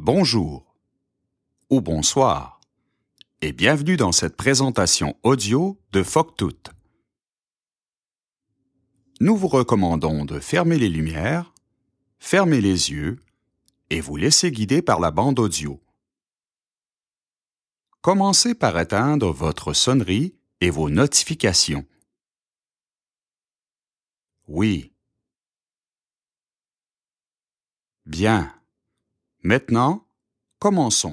Bonjour ou bonsoir et bienvenue dans cette présentation audio de Fogtooth. Nous vous recommandons de fermer les lumières, fermer les yeux et vous laisser guider par la bande audio. Commencez par éteindre votre sonnerie et vos notifications. Oui. Bien. Maintenant, commençons.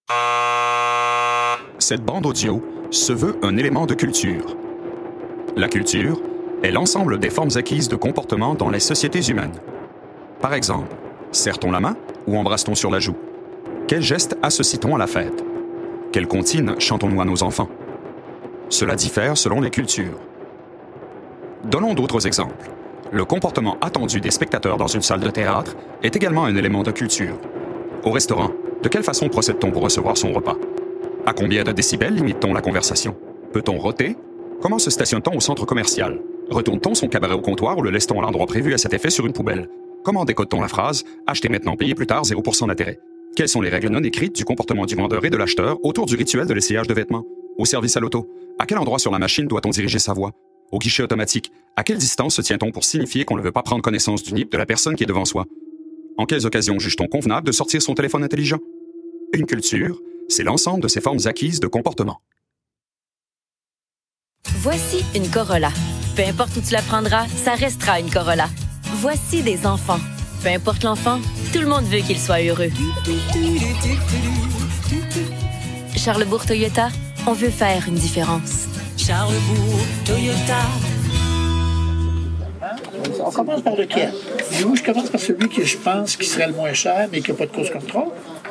Cette bande audio se veut un élément de culture. La culture est l'ensemble des formes acquises de comportement dans les sociétés humaines. Par exemple, serre-t-on la main ou embrasse-t-on sur la joue? Quels gestes associe-t-on à la fête? Quelles comptines chantons-nous à nos enfants? Cela diffère selon les cultures. Donnons d'autres exemples. Le comportement attendu des spectateurs dans une salle de théâtre est également un élément de culture. Au restaurant, de quelle façon procède-t-on pour recevoir son repas? À combien de décibels limite-t-on la conversation? Peut-on rôter? Comment se stationne-t-on au centre commercial? Retourne-t-on son cabaret au comptoir ou le laisse-t-on à l'endroit prévu à cet effet sur une poubelle? Comment décode-t-on la phrase « Achetez maintenant, payez plus tard, 0% d'intérêt » ? Quelles sont les règles non écrites du comportement du vendeur et de l'acheteur autour du rituel de l'essayage de vêtements? Au service à l'auto, à quel endroit sur la machine doit-on diriger sa voix? Au guichet automatique, à quelle distance se tient-on pour signifier qu'on ne veut pas prendre connaissance du NIP de la personne qui est devant soi? En quelles occasions juge-t-on convenable de sortir son téléphone intelligent? Une culture, c'est l'ensemble de ces formes acquises de comportement. Voici une Corolla. Peu importe où tu la prendras, ça restera une Corolla. Voici des enfants. Peu importe l'enfant, tout le monde veut qu'il soit heureux. Charlesbourg Toyota, on veut faire une différence. Charlesbourg Toyota. On commence par lequel? Nous, je commence par celui que je pense qui serait le moins cher, mais qui n'a pas de cause contrôle.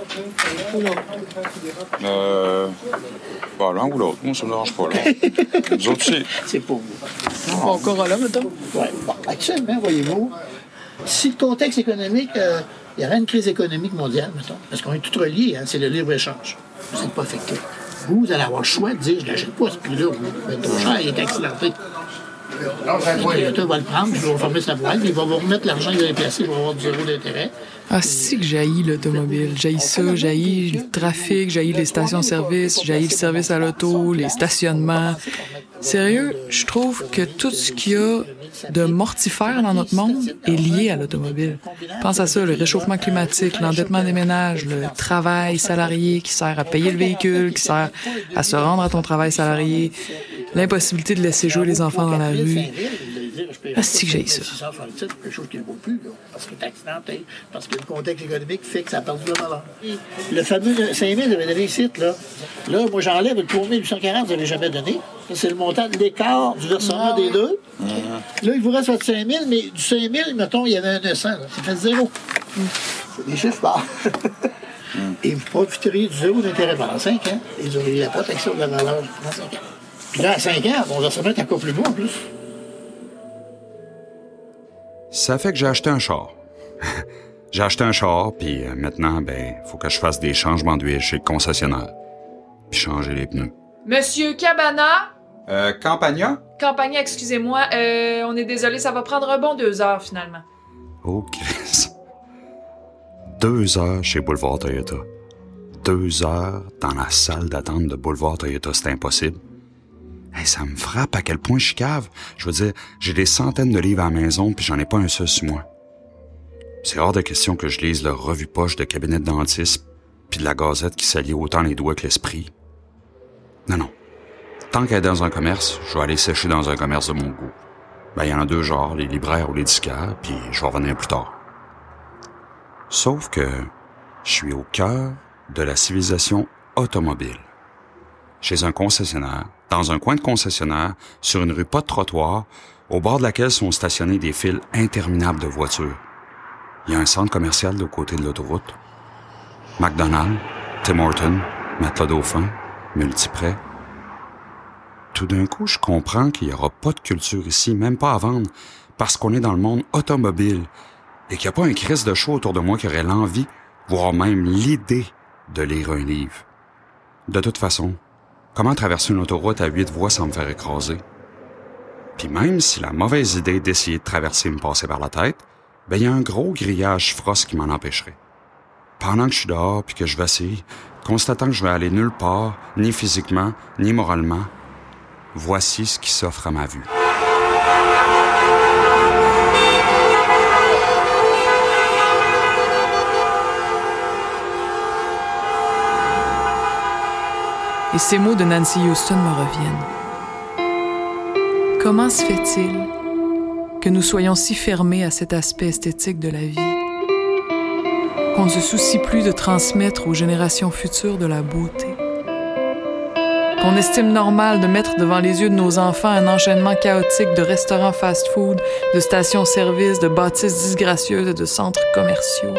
L'un ou l'autre. Moi, ça me dérange pas, là. Nous autres, C'est pour vous. Bon, Corolla, mettons. Ouais. Bon, actuellement, voyez-vous, si le contexte économique, il y aurait une crise économique mondiale, mettons, parce qu'on est tout reliés, hein, c'est le libre-échange. Vous n'êtes pas affecté. Vous allez avoir le choix de dire, je ne l'achète pas, ce prix-là, mais trop cher, il est accidenté. Le Toyota va le prendre, il va fermer sa boîte, il va vous remettre l'argent qu'il avait placé, il va avoir du zéro d'intérêt. Ah, c'est que j'haïs l'automobile. J'haïs ça, j'haïs le trafic, j'haïs les stations-service, j'haïs le service à l'auto, les stationnements. Sérieux, je trouve que tout ce qu'il y a de mortifère dans notre monde est lié à l'automobile. Pense à ça, le réchauffement climatique, l'endettement des ménages, le travail salarié qui sert à payer le véhicule, qui sert à se rendre à ton travail salarié, l'impossibilité de laisser jouer les enfants dans la rue. Ah, c'est que j'ai ça. C'est quelque chose qui ne vaut plus, là, parce qu'il est accidenté, parce que le contexte économique fait que ça a perdu de valeur. Le fameux 5 000, j'avais donné ici, là. Là, moi, j'enlève le 3 840, vous n'avez jamais donné. Ça, c'est le montant de l'écart du versement des deux. Là, il vous reste votre 5 000, mais du 5 000, mettons, il y avait un 900. Là. Ça fait 0. C'est des chiffres bas. Et vous profiteriez du zéro d'intérêt pendant 5 ans. Et vous auriez la protection de la valeur pendant 5 ans. Puis là, à 5 ans, mon versement est encore plus beau, en plus. Ça fait que j'ai acheté un char. J'ai acheté un char, puis maintenant, faut que je fasse des changements d'huile chez le concessionnaire. Puis changer les pneus. Monsieur Cabana? Campagna? Campagna, excusez-moi. On est désolé, ça va prendre un bon 2 heures, finalement. Oh, Chris. 2 heures chez Boulevard Toyota. 2 heures dans la salle d'attente de Boulevard Toyota, c'est impossible. Hey, ça me frappe à quel point je suis cave. Je veux dire, j'ai des centaines de livres à la maison, puis j'en ai pas un seul sur moi. C'est hors de question que je lise leur revue poche de cabinet de dentiste, puis de la Gazette qui s'allie autant les doigts que l'esprit. Non. Tant qu'elle est dans un commerce, je vais aller sécher dans un commerce de mon goût. Il y en a 2 genres, les libraires ou les disquaires, puis je vais revenir plus tard. Sauf que je suis au cœur de la civilisation automobile. Chez un concessionnaire, dans un coin de concessionnaire, sur une rue pas de trottoir, au bord de laquelle sont stationnés des files interminables de voitures. Il y a un centre commercial de côté de l'autoroute. McDonald's, Tim Hortons, Matelas Dauphin, Multiprêt. Tout d'un coup, je comprends qu'il n'y aura pas de culture ici, même pas à vendre, parce qu'on est dans le monde automobile et qu'il n'y a pas un Christ de show autour de moi qui aurait l'envie, voire même l'idée de lire un livre. De toute façon, comment traverser une autoroute à 8 voies sans me faire écraser? Puis même si la mauvaise idée d'essayer de traverser me passait par la tête, il y a un gros grillage frost qui m'en empêcherait. Pendant que je suis dehors puis que je vacille, constatant que je vais aller nulle part, ni physiquement, ni moralement, voici ce qui s'offre à ma vue. Et ces mots de Nancy Houston me reviennent. Comment se fait-il que nous soyons si fermés à cet aspect esthétique de la vie, qu'on ne se soucie plus de transmettre aux générations futures de la beauté, qu'on estime normal de mettre devant les yeux de nos enfants un enchaînement chaotique de restaurants fast-food, de stations-service, de bâtisses disgracieuses et de centres commerciaux?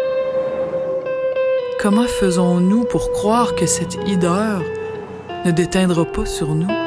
Comment faisons-nous pour croire que cette hideur ne déteindra pas sur nous?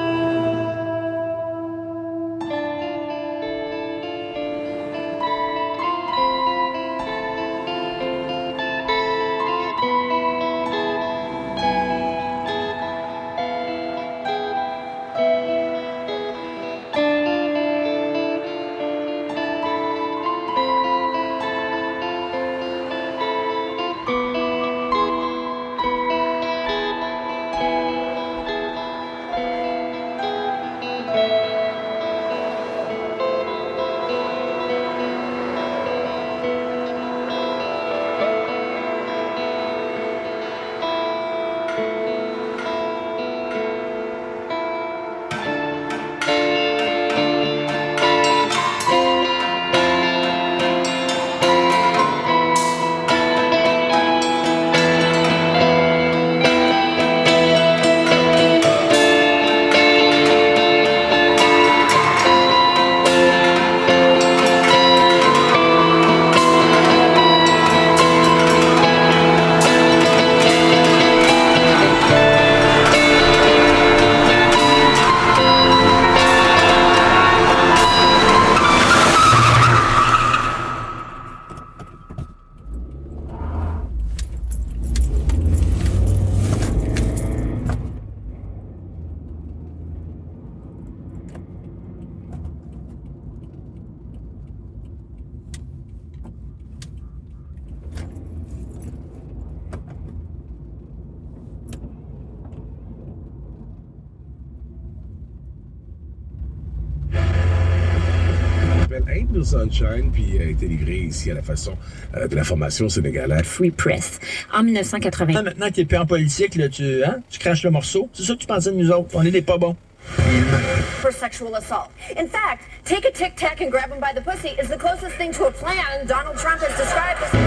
Ain't No Sunshine, puis a été livré ici à la façon de la formation sénégalaise Free Press, en 1980. Maintenant que t'es plus en politique, là, tu craches le morceau. C'est ça que tu pensais de nous autres. On est des pas bons. For sexual assault. In fact, take a tic-tac and grab him by the pussy is the closest thing to a plan Donald Trump has described as...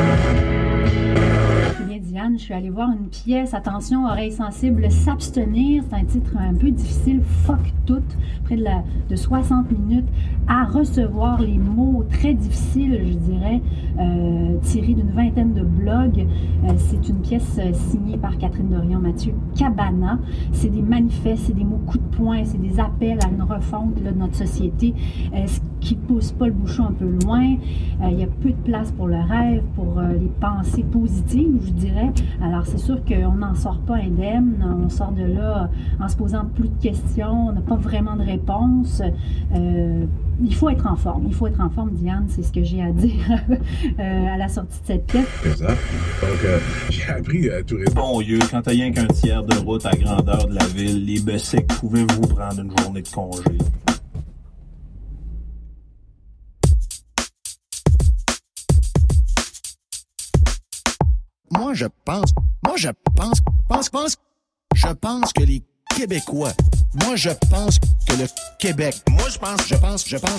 Je suis allée voir une pièce, attention, oreilles sensibles, s'abstenir, c'est un titre un peu difficile, fuck tout, près de 60 minutes, à recevoir les mots très difficiles, je dirais, tirés d'une vingtaine de blogs. C'est une pièce signée par Catherine Dorion-Mathieu Cabana. C'est des manifestes, c'est des mots coups de poing, c'est des appels à une refonte là, de notre société, ce qui pousse pas le bouchon un peu loin. Il y a peu de place pour le rêve, pour les pensées positives, je dirais. Alors, c'est sûr qu'on n'en sort pas indemne. On sort de là en se posant plus de questions. On n'a pas vraiment de réponse. Il faut être en forme. Il faut être en forme, Diane. C'est ce que j'ai à dire à la sortie de cette pièce. Donc, j'ai appris tout récemment. Bon Dieu, quand t'as rien qu'un tiers de route à grandeur de la ville, les Bessics, pouvez-vous prendre une journée de congé? Je pense que les Québécois, moi je pense que le Québec, moi je pense, je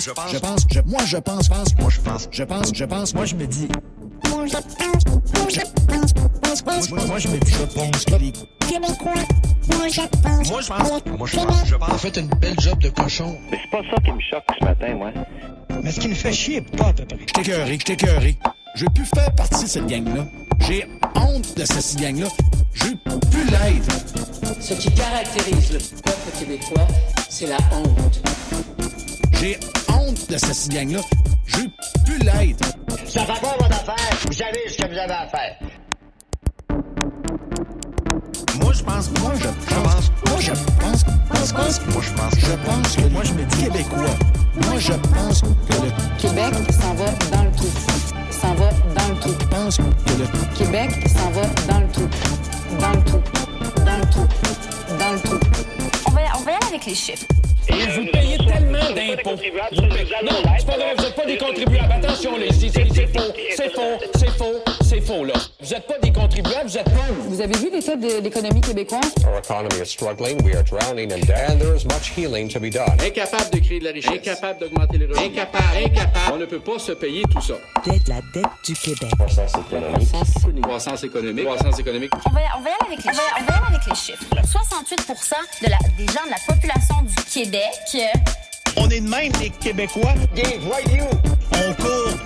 me dis, moi je pense que les Québécois, En fait, une belle job de cochon. Mais c'est pas ça qui me choque ce matin, moi. Mais ce qui me fait chier, pas à peu près. J'étais écœuré. Je veux plus faire partie de cette gang-là. J'ai honte de cette gang-là. Je veux plus l'être. Ce qui caractérise le peuple québécois, c'est la honte. J'ai honte de cette gang-là. Je veux plus l'être. Ça fait pas votre affaire. Vous savez ce que vous avez à faire. Moi je pense que moi je me dis québécois. Moi je pense que le Québec s'en va dans le trou. Je pense que le Québec qui s'en va dans le tout. Dans le tout. Dans le tout. Dans le tout. On va y aller avec les chiffres. Et vous payez tellement d'impôts. Non, c'est pas vrai, vous n'êtes pas des contribuables. Attention, les c'est faux, là. Vous n'êtes pas des contribuables, vous êtes pauvres. Vous avez vu l'état de l'économie québécoise? Our economy is struggling, we are drowning in debt, and there is much healing to be done. Incapable de créer de la richesse. Incapable d'augmenter les revenus. Incapable. On ne peut pas se payer tout ça. La dette du Québec. Croissance économique. Croissance économique. On va y aller avec les chiffres. 68% des gens de la population du Québec. On est de même, les Québécois. Des voyous! On courbe.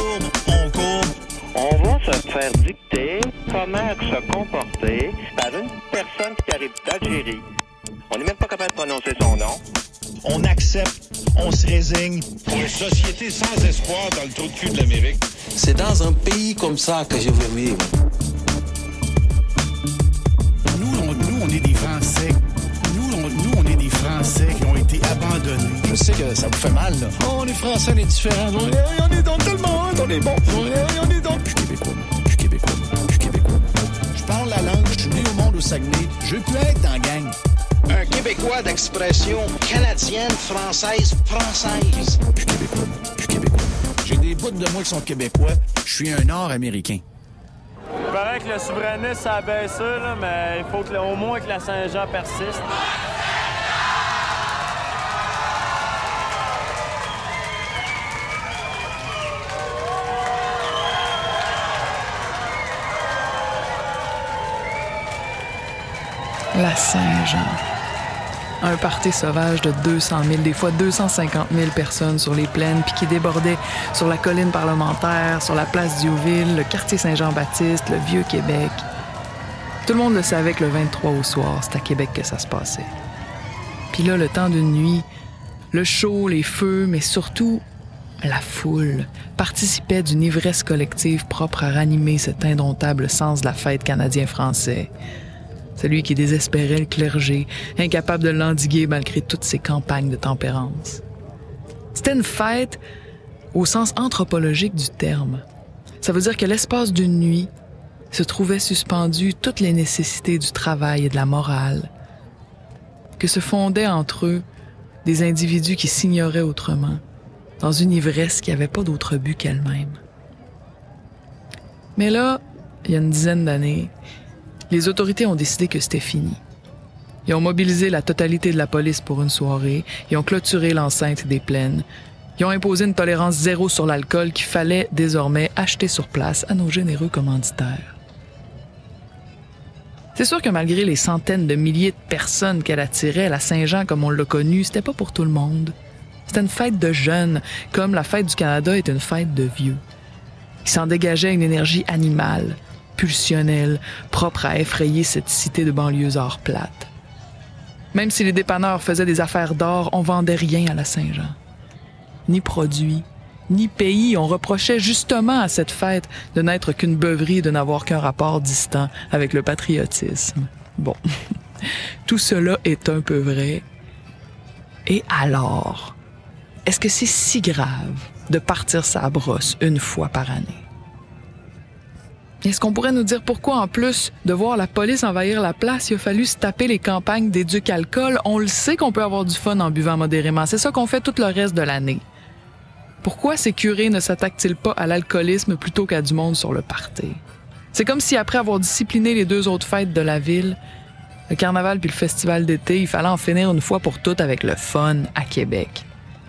On va se faire dicter comment se comporter par une personne qui arrive d'Algérie. On n'est même pas capable de prononcer son nom. On accepte, on se résigne. Pour une société sans espoir dans le trou de cul de l'Amérique. C'est dans un pays comme ça que je veux vivre. Nous, on est des Français. Nous, on est des Français qui ont été abandonnés. Je sais que ça vous fait mal, là. Oh, on est Français, on est différents. On est dans tout le monde, on est bon. On est donc... Je suis Québécois. Je parle la langue, je suis né au monde au Saguenay. Je veux plus être dans la gang. Un Québécois d'expression canadienne, française. Je suis Québécois. J'ai des bouts de moi qui sont québécois. Je suis un Nord-Américain. Il paraît que le souverainisme, ça a baissé, là, mais il faut au moins que la Saint-Jean persiste. La Saint-Jean. Un party sauvage de 200 000, des fois 250 000 personnes sur les plaines, puis qui débordait sur la colline parlementaire, sur la place Diouville, le quartier Saint-Jean-Baptiste, le Vieux-Québec. Tout le monde le savait que le 23 au soir, c'est à Québec que ça se passait. Puis là, le temps d'une nuit, le chaud, les feux, mais surtout la foule participait d'une ivresse collective propre à ranimer cet indomptable sens de la fête canadien-français. Celui qui désespérait le clergé, incapable de l'endiguer malgré toutes ses campagnes de tempérance. C'était une fête au sens anthropologique du terme. Ça veut dire que l'espace d'une nuit se trouvaient suspendues toutes les nécessités du travail et de la morale, que se fondaient entre eux des individus qui s'ignoraient autrement, dans une ivresse qui n'avait pas d'autre but qu'elle-même. Mais là, il y a une dizaine d'années, les autorités ont décidé que c'était fini. Ils ont mobilisé la totalité de la police pour une soirée, ils ont clôturé l'enceinte des plaines, ils ont imposé une tolérance zéro sur l'alcool qu'il fallait désormais acheter sur place à nos généreux commanditaires. C'est sûr que malgré les centaines de milliers de personnes qu'elle attirait, la Saint-Jean comme on l'a connue, c'était pas pour tout le monde. C'était une fête de jeunes, comme la fête du Canada est une fête de vieux. Il s'en dégageait une énergie animale, pulsionnelle, propre à effrayer cette cité de banlieusards plates. Même si les dépanneurs faisaient des affaires d'or, on vendait rien à la Saint-Jean. Ni produit, ni pays. On reprochait justement à cette fête de n'être qu'une beuverie et de n'avoir qu'un rapport distant avec le patriotisme. Bon, tout cela est un peu vrai. Et alors, est-ce que c'est si grave de partir sa brosse une fois par année? Est-ce qu'on pourrait nous dire pourquoi, en plus de voir la police envahir la place, il a fallu se taper les campagnes d'éduc-alcool? On le sait qu'on peut avoir du fun en buvant modérément. C'est ça qu'on fait tout le reste de l'année. Pourquoi ces curés ne s'attaquent-ils pas à l'alcoolisme plutôt qu'à du monde sur le party? C'est comme si, après avoir discipliné les deux autres fêtes de la ville, le carnaval puis le festival d'été, il fallait en finir une fois pour toutes avec le fun à Québec.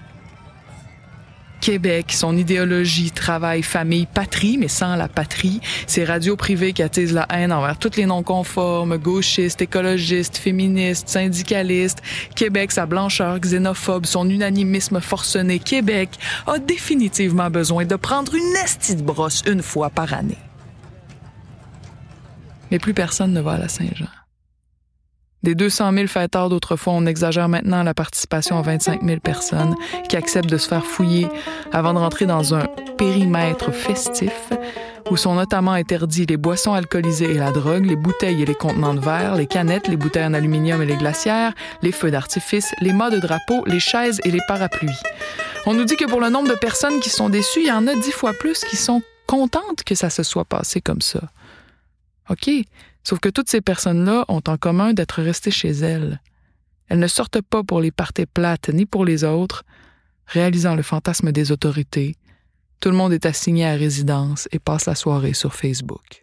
Québec, son idéologie, travail, famille, patrie, mais sans la patrie, ses radios privées qui attisent la haine envers tous les non-conformes, gauchistes, écologistes, féministes, syndicalistes. Québec, sa blancheur xénophobe, son unanimisme forcené. Québec a définitivement besoin de prendre une estie de brosse une fois par année. Mais plus personne ne va à la Saint-Jean. Des 200 000 fêtards d'autrefois, on exagère maintenant la participation à 25 000 personnes qui acceptent de se faire fouiller avant de rentrer dans un périmètre festif où sont notamment interdits les boissons alcoolisées et la drogue, les bouteilles et les contenants de verre, les canettes, les bouteilles en aluminium et les glacières, les feux d'artifice, les mâts de drapeau, les chaises et les parapluies. On nous dit que pour le nombre de personnes qui sont déçues, il y en a 10 fois plus qui sont contentes que ça se soit passé comme ça. OK, sauf que toutes ces personnes-là ont en commun d'être restées chez elles. Elles ne sortent pas pour les parties plates ni pour les autres, réalisant le fantasme des autorités. Tout le monde est assigné à résidence et passe la soirée sur Facebook.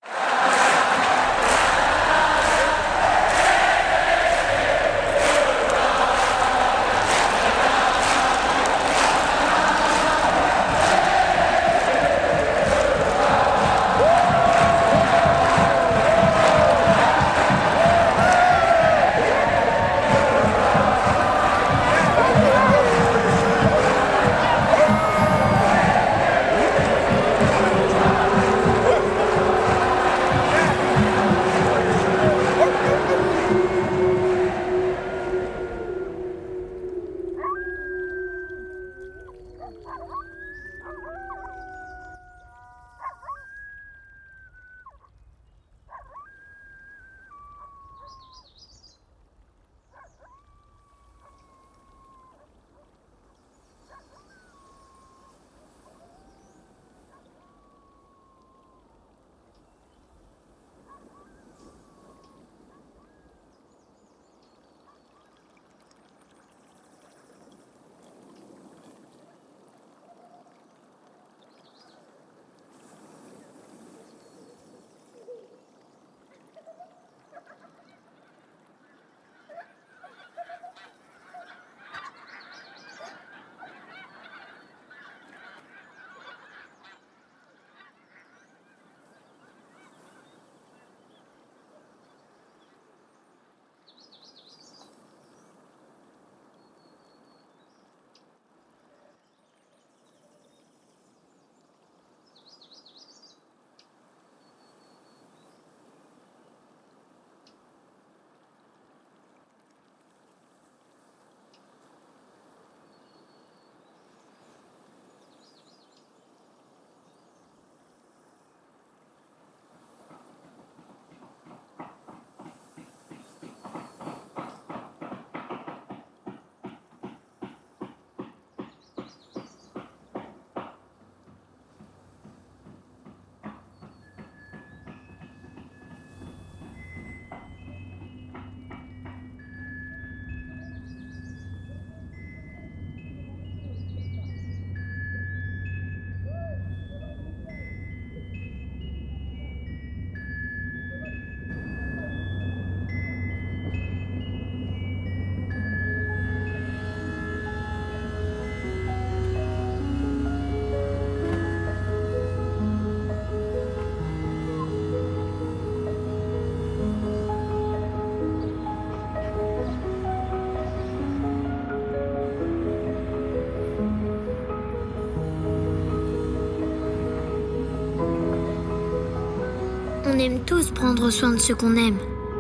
On aime tous prendre soin de ceux qu'on aime.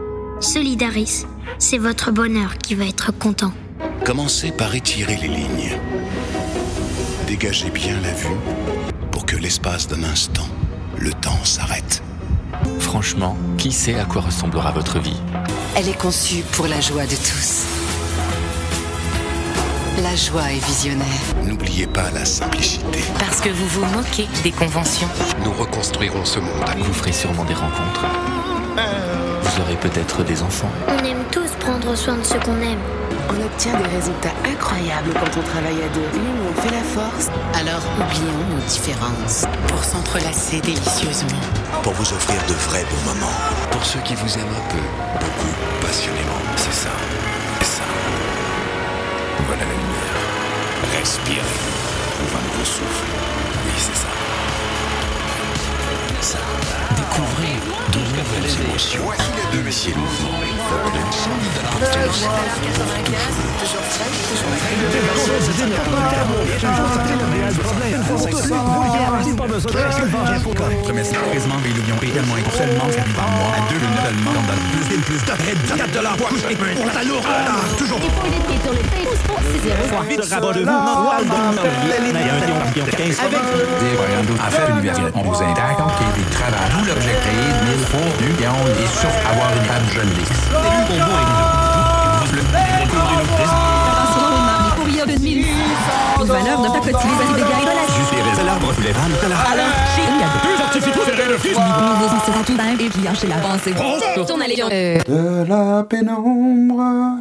Solidaris, c'est votre bonheur qui va être content. Commencez par étirer les lignes. Dégagez bien la vue pour que l'espace d'un instant, le temps s'arrête. Franchement, qui sait à quoi ressemblera votre vie? Elle est conçue pour la joie de tous. La joie est visionnaire. N'oubliez pas la simplicité. Parce que vous vous moquez des conventions. Nous reconstruirons ce monde. Vous ferez sûrement des rencontres. Vous aurez peut-être des enfants. On aime tous prendre soin de ceux qu'on aime. On obtient des résultats incroyables quand on travaille à deux. L'union fait la force. Alors oublions nos différences. Pour s'entrelacer délicieusement. Pour vous offrir de vrais bons moments. Pour ceux qui vous aiment un peu, beaucoup, passionnément. C'est ça. C'est ça. Voilà la lumière. Respirez. Trouve un nouveau souffle. Oui, c'est ça. Ça. Découvrez de nouvelles émotions. Initiez le mouvement. Présentement, Bélouillon est tellement seulement par mois à 2 seulement dans plus de $4 pour la lourdeur. Toujours. Sur les Facebook, À faire une version, on vous indique qu'il y travaille. D'où l'objectif, 1000 contenus et surtout avoir une page journaliste. courrier de 1000. Une valeur de pacotis, les dégâts et de la juste les l'arbre, les vannes, alors, il y a 2 artificaux Nouveau sens tout d'un et puis chez la pensée. Tourne à l'éon. De la pénombre,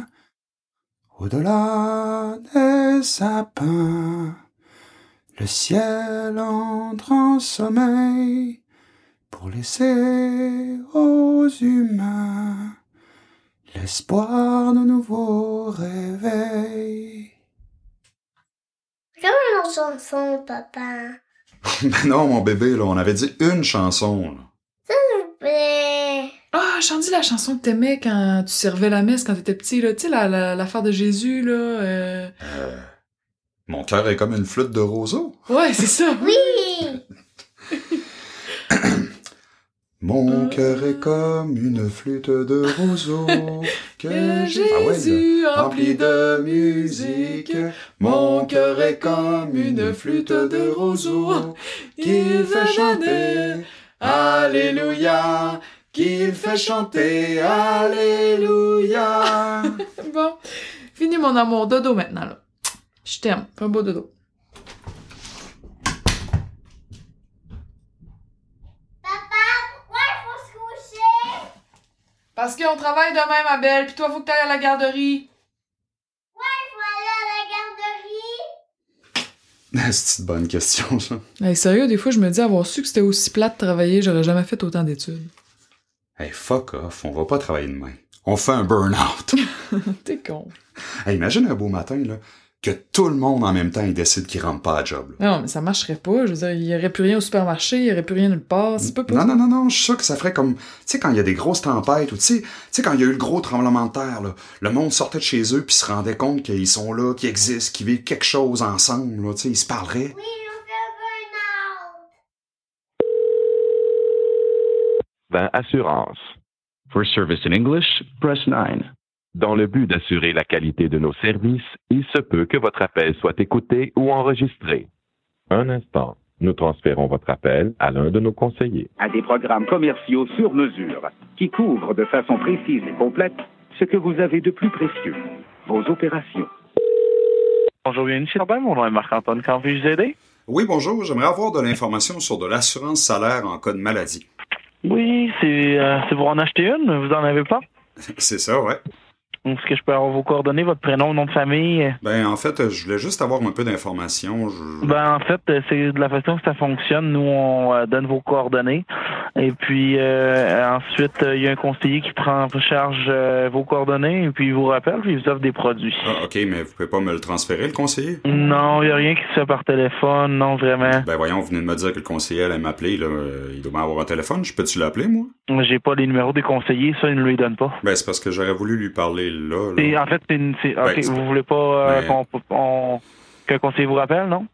au-delà des sapins, le ciel entre en sommeil pour laisser aux humains l'espoir de nouveaux réveils. Comme une chanson, papa. Ben non, mon bébé, là, on avait dit une chanson. Là. S'il vous plaît. Ah, chante la chanson que t'aimais quand tu servais la messe quand t'étais petit, là. Tu sais, l'affaire de Jésus, là. Mon cœur est comme une flûte de roseau. Ouais, c'est ça. Oui. Mon cœur est comme une flûte de roseau que Jésus rempli de musique. Mon cœur est comme une flûte de roseau qu'il fait chanter Alléluia, qu'il fait chanter Alléluia. Bon, fini mon amour, dodo maintenant, là. Je t'aime, fais un beau dodo. Parce qu'on travaille demain, ma belle, pis toi, faut que t'ailles à la garderie. Ouais, faut aller à la garderie. C'est une bonne question, ça. Hey, sérieux, des fois, je me dis, avoir su que c'était aussi plat de travailler, j'aurais jamais fait autant d'études. Hey, fuck off, on va pas travailler demain. On fait un burn-out. T'es con. Hey, imagine un beau matin, là, que tout le monde en même temps, il décide qu'il rentre pas à job. Là. Non, mais ça marcherait pas. Je veux dire, il y aurait plus rien au supermarché, il y aurait plus rien nulle part. C'est pas possible. Non, je suis sûr que ça ferait comme... Tu sais, quand il y a des grosses tempêtes, ou tu sais, quand il y a eu le gros tremblement de terre, là, le monde sortait de chez eux puis se rendait compte qu'ils sont là, qu'ils existent, qu'ils vivent quelque chose ensemble, là, tu sais, ils se parleraient. Oui, on fait un burn-out. Ben, assurance. For service in English, press 9. Dans le but d'assurer la qualité de nos services, il se peut que votre appel soit écouté ou enregistré. Un instant, nous transférons votre appel à l'un de nos conseillers. À des programmes commerciaux sur mesure qui couvrent de façon précise et complète ce que vous avez de plus précieux, vos opérations. Bonjour, bienvenue chez Robin. Mon nom est Marc-Antoine. Quand puis-je vous aider? Oui, bonjour. J'aimerais avoir de l'information sur de l'assurance salaire en cas de maladie. Oui, c'est pour en acheter une. Vous en avez pas? C'est ça, ouais. Est-ce que je peux avoir vos coordonnées, votre prénom, nom de famille? Ben, en fait, je voulais juste avoir un peu d'informations. Ben, en fait, c'est de la façon que ça fonctionne. Nous, on donne vos coordonnées. Et puis, ensuite, il y a un conseiller qui prend en charge vos coordonnées. Et puis, il vous rappelle, puis il vous offre des produits. Ah, OK, mais vous pouvez pas me le transférer, le conseiller? Non, il n'y a rien qui se fait par téléphone. Non, vraiment. Ben, voyons, vous venez de me dire que le conseiller allait m'appeler. Là. Il doit m'avoir un téléphone. Je peux-tu l'appeler, moi? J'ai pas les numéros des conseillers. Ça, ils ne lui donnent pas. Ben, c'est parce que j'aurais voulu lui parler là. Et en fait, OK, vous voulez pas que le conseiller vous rappelle, non?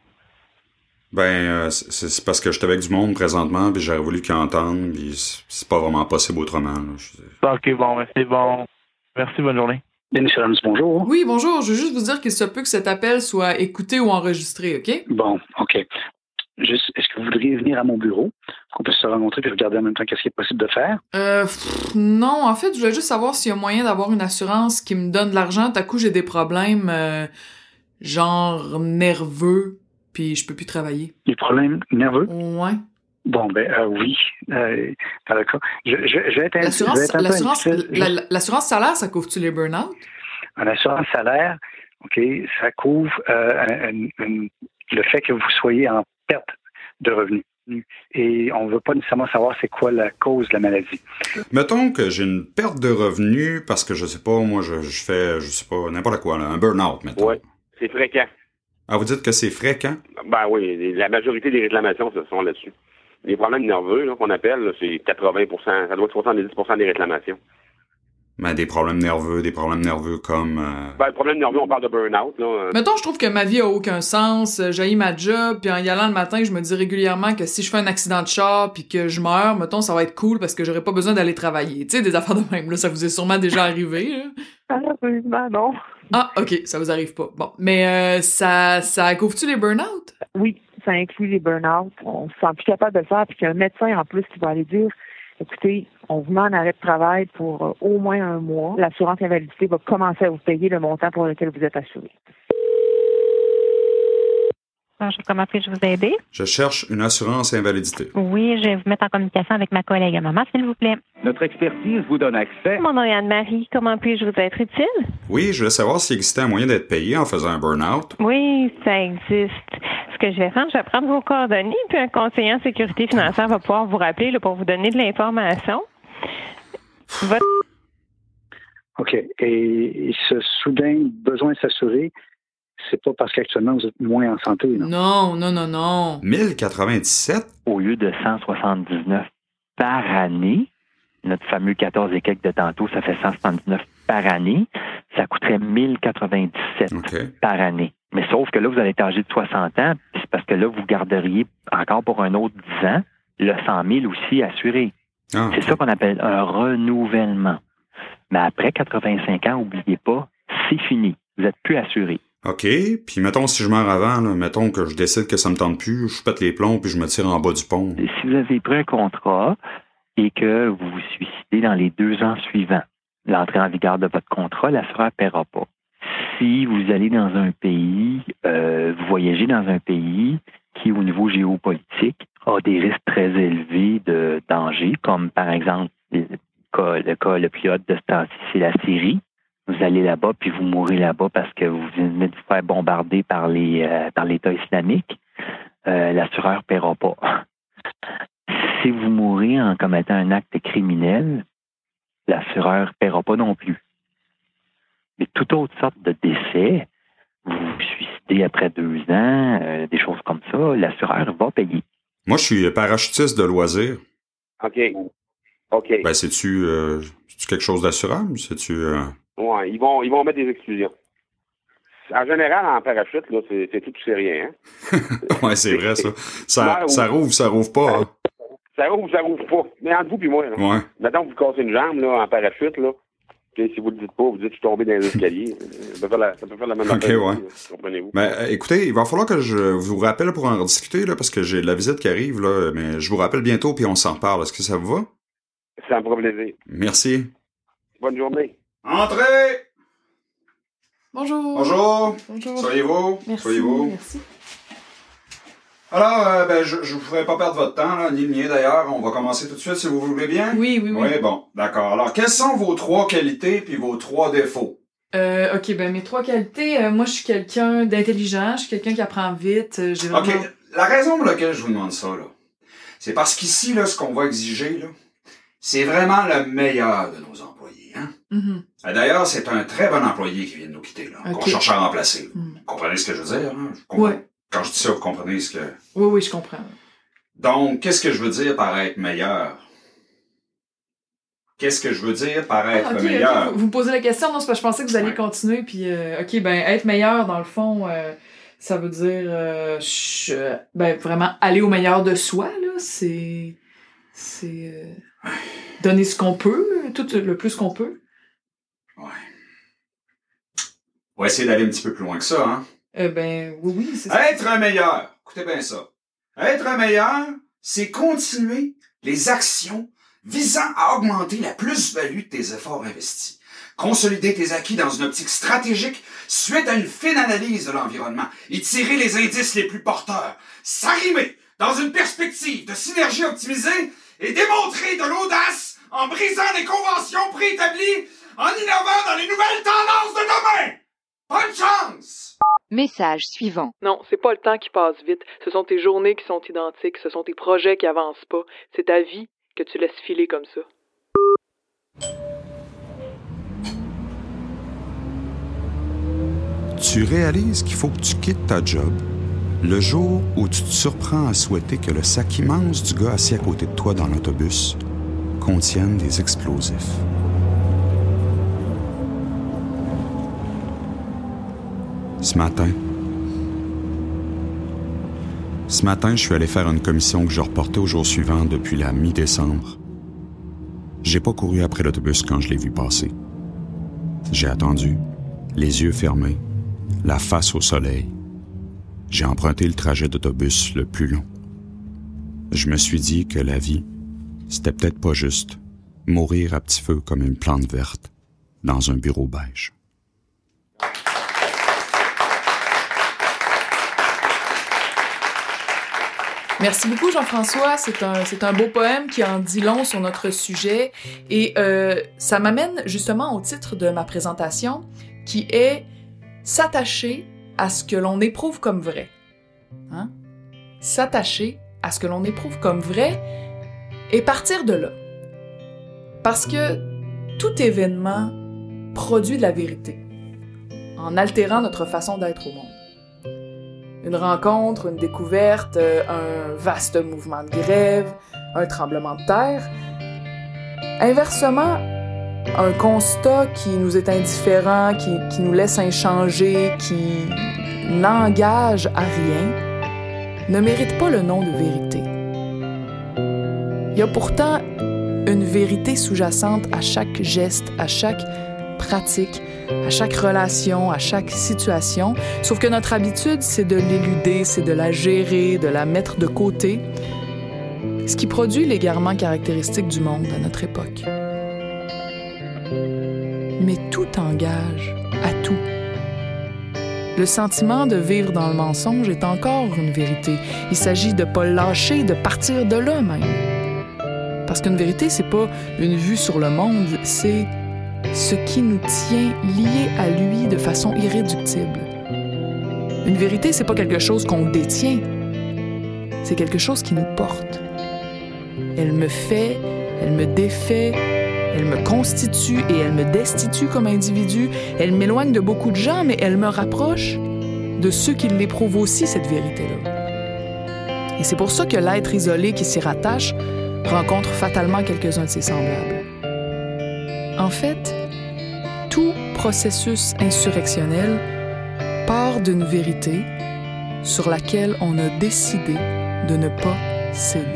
Ben, c'est parce que j'étais avec du monde présentement, puis j'aurais voulu qu'il entende, puis c'est pas vraiment possible autrement. Là. OK, bon, ben, c'est bon. Merci, bonne journée. Denis Adams, bonjour. Oui, bonjour. Je veux juste vous dire qu'il se peut que cet appel soit écouté ou enregistré, OK? Bon, OK. Juste, est-ce que vous voudriez venir à mon bureau, qu'on puisse se rencontrer et regarder en même temps qu'est-ce qui est possible de faire? Non, en fait, je voulais juste savoir s'il y a moyen d'avoir une assurance qui me donne de l'argent. Tout à coup, j'ai des problèmes, genre nerveux, puis je peux plus travailler. Des problèmes nerveux? Ouais. Bon, oui. Dans le cas, je vais être l'assurance salaire, ça couvre-tu les burn-out? L'assurance salaire, OK, ça couvre le fait que vous soyez en perte de revenus. Et on ne veut pas nécessairement savoir c'est quoi la cause de la maladie. Mettons que j'ai une perte de revenus parce que je sais pas, moi je fais, je sais pas, n'importe quoi, là, un burn-out, mettons. Oui, c'est fréquent. Ah, vous dites que c'est fréquent? Ben oui, la majorité des réclamations se sont là-dessus. Les problèmes nerveux, là, qu'on appelle, là, c'est 80%, ça doit être 70% des réclamations. Ben, des problèmes nerveux comme... Ben, le problème nerveux, on parle de burn-out, là. Mettons, je trouve que ma vie a aucun sens, j'haïs ma job, puis en y allant le matin, je me dis régulièrement que si je fais un accident de char puis que je meurs, mettons, ça va être cool parce que j'aurai pas besoin d'aller travailler. Tu sais, des affaires de même, là, ça vous est sûrement déjà arrivé, là. Malheureusement, non. Ah, OK, ça vous arrive pas. Bon, mais ça couvre-tu les burn-out? Oui, ça inclut les burn-out. On se sent plus capable de le faire, puis qu'il y a un médecin en plus qui va aller dire écoutez, on vous met en arrêt de travail pour au moins un mois. L'assurance invalidité va commencer à vous payer le montant pour lequel vous êtes assuré. Bonjour, comment puis-je vous aider? Je cherche une assurance invalidité. Oui, je vais vous mettre en communication avec ma collègue. Maman, s'il vous plaît. Notre expertise vous donne accès. Mon nom est Anne-Marie. Comment puis-je vous être utile? Oui, je voulais savoir s'il existait un moyen d'être payé en faisant un burn-out. Oui, ça existe. Ce que je vais faire, je vais prendre vos coordonnées, puis un conseiller en sécurité financière va pouvoir vous rappeler là, pour vous donner de l'information. OK. Et ce soudain besoin de s'assurer, c'est pas parce qu'actuellement vous êtes moins en santé, non? Non. 1097? Au lieu de 179 par année, notre fameux 14 et quelques de tantôt, ça fait 179 par année, ça coûterait 1097 par année. Mais sauf que là, vous allez être âgé de 60 ans, puis c'est parce que là, vous garderiez encore pour un autre 10 ans le 100 000 aussi assuré. C'est ça qu'on appelle un renouvellement. Mais après 85 ans, n'oubliez pas, c'est fini. Vous n'êtes plus assuré. OK, puis mettons si je meurs avant, là, mettons que je décide que ça me tente plus, je pète les plombs puis je me tire en bas du pont. Si vous avez pris un contrat et que vous vous suicidez dans les 2 ans suivants, l'entrée en vigueur de votre contrat, l'assureur ne paiera pas. Si vous allez dans un pays, vous voyagez dans un pays qui, au niveau géopolitique, a des risques très élevés de danger, comme par exemple le cas le plus hot de ce temps-ci, c'est la Syrie. Vous allez là-bas, puis vous mourrez là-bas parce que vous venez de vous faire bombarder par l'État islamique. L'assureur ne paiera pas. Si vous mourrez en commettant un acte criminel, l'assureur ne paiera pas non plus. Mais toute autre sorte de décès, vous vous suicidez après 2 ans, des choses comme ça, l'assureur va payer. Moi, je suis parachutiste de loisirs. OK. Ben, c'est-tu quelque chose d'assurable? C'est-tu... Ouais, ils vont mettre des exclusions. En général, en parachute, là, c'est tout ou c'est rien. Hein? Ouais, c'est vrai, ça. Ça rouvre pas. Hein? Ça rouvre pas. Mais entre vous et moi, là. Ouais. Mettons que vous cassez une jambe là, en parachute, là. Puis si vous le dites pas, vous dites je suis tombé dans les escaliers. Ça peut faire la même affaire. OK, ouais. Comprenez-vous? Ben, écoutez, il va falloir que je vous rappelle pour en rediscuter, là, parce que j'ai la visite qui arrive, là, mais je vous rappelle bientôt, puis on s'en reparle. Est-ce que ça vous va? Ça me fera plaisir. Merci. Bonne journée. Entrez! Bonjour. Soyez-vous. Merci. Alors, je vous ferai pas perdre votre temps, là, ni le mien d'ailleurs. On va commencer tout de suite, si vous voulez bien. Oui. Oui, bon, d'accord. Alors, quelles sont vos 3 qualités puis vos 3 défauts? OK, mes 3 qualités, moi, je suis quelqu'un d'intelligent, je suis quelqu'un qui apprend vite, j'ai vraiment... OK, la raison pour laquelle je vous demande ça, là, c'est parce qu'ici, là, ce qu'on va exiger, là, c'est vraiment le meilleur de nos employés, hein? Mm-hmm. D'ailleurs, c'est un très bon employé qui vient de nous quitter, là, qu'on cherche à remplacer. Vous comprenez ce que je veux dire, hein? Ouais. Quand je dis ça, vous comprenez ce que... Oui, je comprends. Donc, qu'est-ce que je veux dire par être meilleur? Qu'est-ce que je veux dire par être meilleur? Okay. Vous me posez la question, non, c'est parce que je pensais que vous alliez continuer, puis être meilleur, dans le fond, ça veut dire, vraiment aller au meilleur de soi, là, c'est donner ce qu'on peut, tout le plus qu'on peut. Ouais. On va essayer d'aller un petit peu plus loin que ça, hein? Oui, c'est ça. Être un meilleur, écoutez bien ça. Être un meilleur, c'est continuer les actions visant à augmenter la plus-value de tes efforts investis. Consolider tes acquis dans une optique stratégique suite à une fine analyse de l'environnement et tirer les indices les plus porteurs. S'arrimer dans une perspective de synergie optimisée et démontrer de l'audace en brisant les conventions préétablies, en innovant dans les nouvelles tendances de demain. Bonne chance! Message suivant. Non, c'est pas le temps qui passe vite. Ce sont tes journées qui sont identiques. Ce sont tes projets qui avancent pas. C'est ta vie que tu laisses filer comme ça. Tu réalises qu'il faut que tu quittes ta job le jour où tu te surprends à souhaiter que le sac immense du gars assis à côté de toi dans l'autobus contienne des explosifs. Ce matin, je suis allé faire une commission que je reportais au jour suivant depuis la mi-décembre. J'ai pas couru après l'autobus quand je l'ai vu passer. J'ai attendu, les yeux fermés, la face au soleil. J'ai emprunté le trajet d'autobus le plus long. Je me suis dit que la vie, c'était peut-être pas juste mourir à petit feu comme une plante verte dans un bureau beige. Merci beaucoup, Jean-François. C'est un beau poème qui en dit long sur notre sujet. Et ça m'amène justement au titre de ma présentation, qui est « S'attacher à ce que l'on éprouve comme vrai ». Hein? S'attacher à ce que l'on éprouve comme vrai et partir de là. Parce que tout événement produit de la vérité, en altérant notre façon d'être au monde. Une rencontre, une découverte, un vaste mouvement de grève, un tremblement de terre. Inversement, un constat qui nous est indifférent, qui nous laisse inchangés, qui n'engage à rien, ne mérite pas le nom de vérité. Il y a pourtant une vérité sous-jacente à chaque geste, à chaque pratique, à chaque relation, à chaque situation, sauf que notre habitude, c'est de l'éluder, c'est de la gérer, de la mettre de côté, ce qui produit l'égarement caractéristique du monde à notre époque. Mais tout engage à tout. Le sentiment de vivre dans le mensonge est encore une vérité. Il s'agit de ne pas lâcher, de partir de là même. Parce qu'une vérité, c'est pas une vue sur le monde, c'est ce qui nous tient liés à lui de façon irréductible. Une vérité, c'est pas quelque chose qu'on détient, c'est quelque chose qui nous porte. Elle me fait, elle me défait, elle me constitue et elle me destitue comme individu. Elle m'éloigne de beaucoup de gens, mais elle me rapproche de ceux qui l'éprouvent aussi, cette vérité-là. Et c'est pour ça que l'être isolé qui s'y rattache rencontre fatalement quelques-uns de ses semblables. En fait, tout processus insurrectionnel part d'une vérité sur laquelle on a décidé de ne pas céder.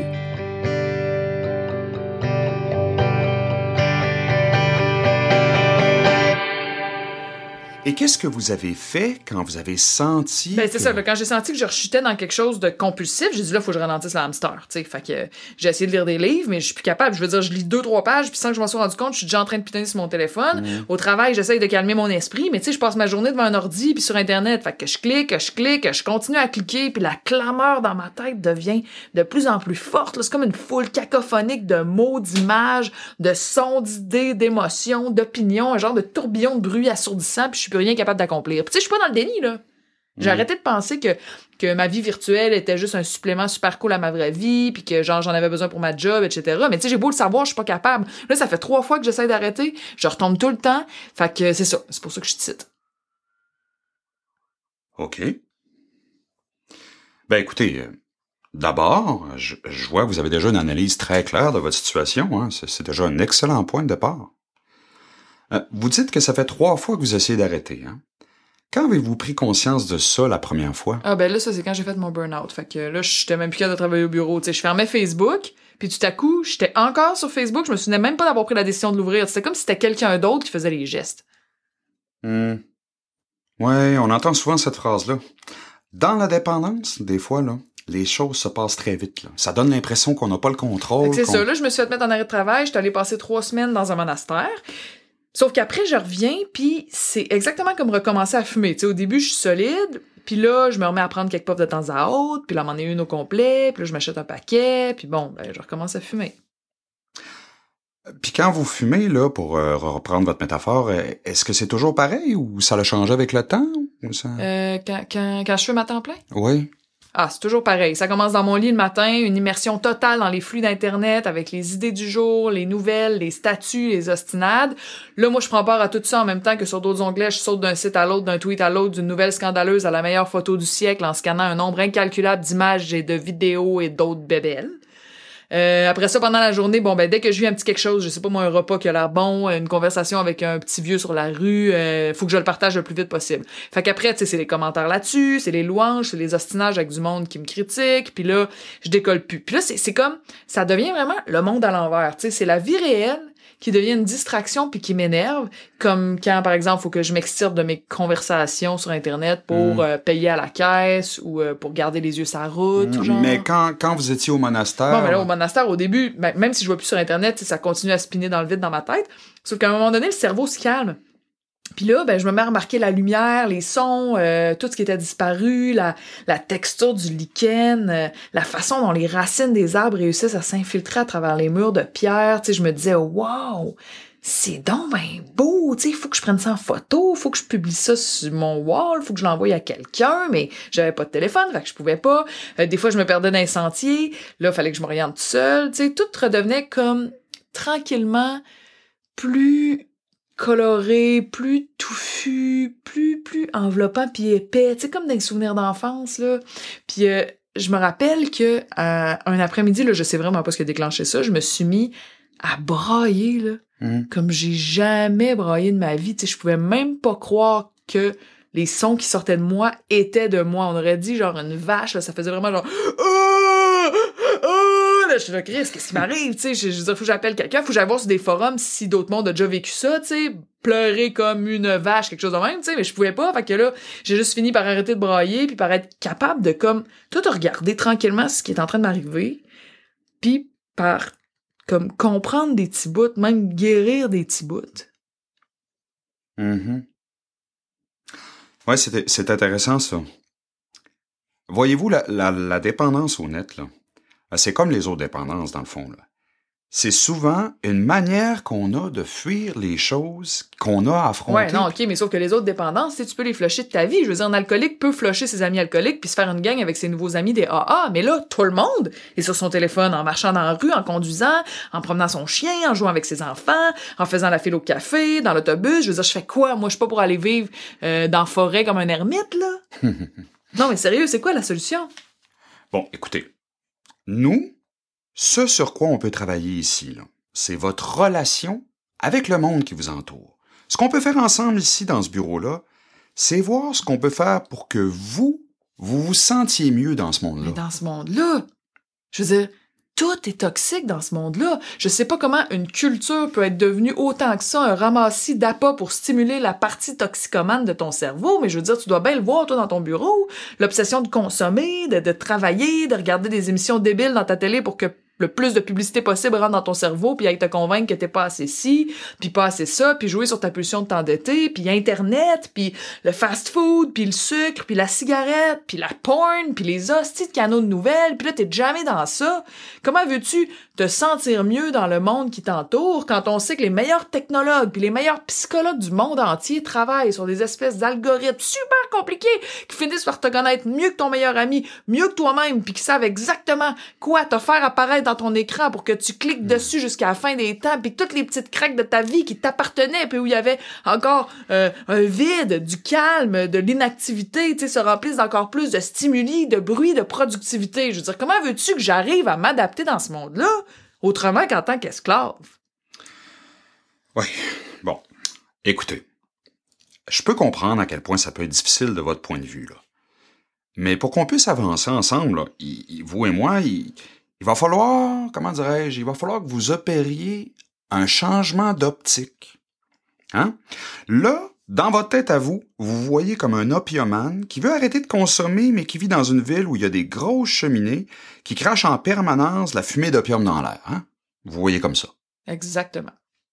Et qu'est-ce que vous avez fait quand vous avez senti... Ben, c'est ça, quand j'ai senti que je rechutais dans quelque chose de compulsif, j'ai dit là, il faut que je ralentisse le hamster, tu sais. Fait que j'ai essayé de lire des livres, mais je suis plus capable. Je veux dire, je lis 2-3 pages, puis sans que je m'en sois rendu compte, je suis déjà en train de pitonner sur mon téléphone. Au travail, j'essaye de calmer mon esprit, mais tu sais, je passe ma journée devant un ordi puis sur Internet. Fait que je clique, je continue à cliquer, puis la clameur dans ma tête devient de plus en plus forte. Là, c'est comme une foule cacophonique de mots, d'images, de sons, d'idées, d'émotions, d'opinions, un genre de tourbillon de bruit assourdissant, puis je suis plus rien capable d'accomplir. Puis tu sais, je suis pas dans le déni, là. J'ai arrêté de penser que ma vie virtuelle était juste un supplément super cool à ma vraie vie, puis que genre j'en avais besoin pour ma job, etc. Mais tu sais, j'ai beau le savoir, je suis pas capable. Là, ça fait 3 fois que j'essaie d'arrêter, je retombe tout le temps. Fait que c'est ça, c'est pour ça que je te cite. OK. Ben écoutez, d'abord, je vois que vous avez déjà une analyse très claire de votre situation. Hein. C'est déjà un excellent point de départ. Vous dites que ça fait 3 fois que vous essayez d'arrêter. Hein? Quand avez-vous pris conscience de ça la première fois? Ah ben là, ça c'est quand j'ai fait mon burn-out. Fait que là, j'étais même plus capable de travailler au bureau. Tu sais, je fermais Facebook, puis tout à coup, j'étais encore sur Facebook, je me souvenais même pas d'avoir pris la décision de l'ouvrir. C'était comme si c'était quelqu'un d'autre qui faisait les gestes. Ouais, on entend souvent cette phrase-là. Dans la dépendance, des fois, là, les choses se passent très vite. Là. Ça donne l'impression qu'on n'a pas le contrôle. C'est ça, là, je me suis fait mettre en arrêt de travail, j'étais allée passer 3 semaines dans un monastère. Sauf qu'après, je reviens, puis c'est exactement comme recommencer à fumer. Tu sais, au début, je suis solide, puis là, je me remets à prendre quelques puffs de temps à autre, puis là, m'en ai une au complet, puis là, je m'achète un paquet, puis bon, ben, je recommence à fumer. Puis quand vous fumez, là, pour reprendre votre métaphore, est-ce que c'est toujours pareil ou ça a changé avec le temps? Ou ça... Quand je fume à temps plein? Oui. Ah, c'est toujours pareil. Ça commence dans mon lit le matin, une immersion totale dans les flux d'Internet avec les idées du jour, les nouvelles, les statuts, les ostinades. Là, moi, je prends part à tout ça en même temps que sur d'autres onglets, je saute d'un site à l'autre, d'un tweet à l'autre, d'une nouvelle scandaleuse à la meilleure photo du siècle en scannant un nombre incalculable d'images et de vidéos et d'autres bébelles. Après ça, pendant la journée, bon, ben, dès que je vis un petit quelque chose, je sais pas moi, un repas qui a l'air bon, une conversation avec un petit vieux sur la rue, faut que je le partage le plus vite possible. Fait qu'après, tu sais, c'est les commentaires là-dessus, c'est les louanges, c'est les ostinages avec du monde qui me critique, puis là, je décolle plus. Puis là, c'est comme, ça devient vraiment le monde à l'envers, tu sais, c'est la vie réelle qui devient une distraction puis qui m'énerve, comme quand, par exemple, faut que je m'extirpe de mes conversations sur Internet pour payer à la caisse ou pour garder les yeux sur la route. Genre. Mais quand vous étiez au monastère... Bon, mais là, au monastère, au début, ben, même si je vois plus sur Internet, ça continue à spinner dans le vide dans ma tête. Sauf qu'à un moment donné, le cerveau se calme. Puis là, ben, je me mets à remarquer la lumière, les sons, tout ce qui était disparu, la texture du lichen, la façon dont les racines des arbres réussissent à s'infiltrer à travers les murs de pierre. Tu sais, je me disais, wow, c'est donc ben beau, tu sais, il faut que je prenne ça en photo, il faut que je publie ça sur mon wall, il faut que je l'envoie à quelqu'un, mais j'avais pas de téléphone, fait que je pouvais pas. Des fois, je me perdais dans les sentiers, là, il fallait que je m'oriente toute seule, tu sais, tout redevenait comme tranquillement plus coloré, plus touffu, plus enveloppant puis épais, tu sais, comme dans les souvenirs d'enfance, là. Puis je me rappelle que un après-midi, là, je sais vraiment pas ce qui a déclenché ça, je me suis mis à brailler, là, comme j'ai jamais braillé de ma vie, tu sais, je pouvais même pas croire que les sons qui sortaient de moi étaient de moi. On aurait dit genre une vache, là, ça faisait vraiment genre là, je suis là, Chris, qu'est-ce qui m'arrive, tu sais, je veux dire, faut que j'appelle quelqu'un, faut que j'aille voir sur des forums si d'autres mondes ont déjà vécu ça, tu sais, pleurer comme une vache, quelque chose de même, tu sais, mais je pouvais pas, fait que là, j'ai juste fini par arrêter de brailler puis par être capable de comme tout regarder tranquillement ce qui est en train de m'arriver, puis par comme comprendre des petits bouts, même guérir des petits bouts. Mm-hmm. Ouais, c'est intéressant, ça. Voyez-vous, la dépendance au net, là, c'est comme les autres dépendances, dans le fond, là. C'est souvent une manière qu'on a de fuir les choses qu'on a à affronter. Ouais, non, OK, mais sauf que les autres dépendances, tu peux les flusher de ta vie. Je veux dire, un alcoolique peut flusher ses amis alcooliques puis se faire une gang avec ses nouveaux amis des AA, mais là, tout le monde est sur son téléphone en marchant dans la rue, en conduisant, en promenant son chien, en jouant avec ses enfants, en faisant la file au café, dans l'autobus. Je veux dire, je fais quoi? Moi, je suis pas pour aller vivre dans la forêt comme un ermite, là. Non, mais sérieux, c'est quoi la solution? Bon, écoutez, nous, ce sur quoi on peut travailler ici, là, c'est votre relation avec le monde qui vous entoure. Ce qu'on peut faire ensemble ici, dans ce bureau-là, c'est voir ce qu'on peut faire pour que vous vous sentiez mieux dans ce monde-là. Mais dans ce monde-là, je veux dire, tout est toxique dans ce monde-là. Je sais pas comment une culture peut être devenue autant que ça, un ramassis d'appâts pour stimuler la partie toxicomane de ton cerveau, mais je veux dire, tu dois bien le voir, toi, dans ton bureau. L'obsession de consommer, de travailler, de regarder des émissions débiles dans ta télé pour que le plus de publicité possible rentre dans ton cerveau, puis aille te convaincre que t'es pas assez ci, puis pas assez ça, puis jouer sur ta pulsion de t'endetter, puis Internet, puis le fast-food, puis le sucre, puis la cigarette, puis la porn, puis les hosties de canaux de nouvelles, puis là, t'es jamais dans ça. Comment veux-tu te sentir mieux dans le monde qui t'entoure quand on sait que les meilleurs technologues puis les meilleurs psychologues du monde entier travaillent sur des espèces d'algorithmes super compliqués qui finissent par te connaître mieux que ton meilleur ami, mieux que toi-même, puis qui savent exactement quoi te faire apparaître dans ton écran pour que tu cliques dessus jusqu'à la fin des temps, puis toutes les petites craques de ta vie qui t'appartenaient, puis où il y avait encore un vide, du calme, de l'inactivité, tu sais, se remplissent d'encore plus de stimuli, de bruit, de productivité. Je veux dire, comment veux-tu que j'arrive à m'adapter dans ce monde-là autrement qu'en tant qu'esclave? Oui, bon, écoutez, je peux comprendre à quel point ça peut être difficile de votre point de vue, là. Mais pour qu'on puisse avancer ensemble, là, vous et moi, il va falloir, comment dirais-je, il va falloir que vous opériez un changement d'optique. Hein? Là, dans votre tête à vous, vous voyez comme un opiomane qui veut arrêter de consommer, mais qui vit dans une ville où il y a des grosses cheminées qui crachent en permanence la fumée d'opium dans l'air. Hein? Vous voyez comme ça. Exactement.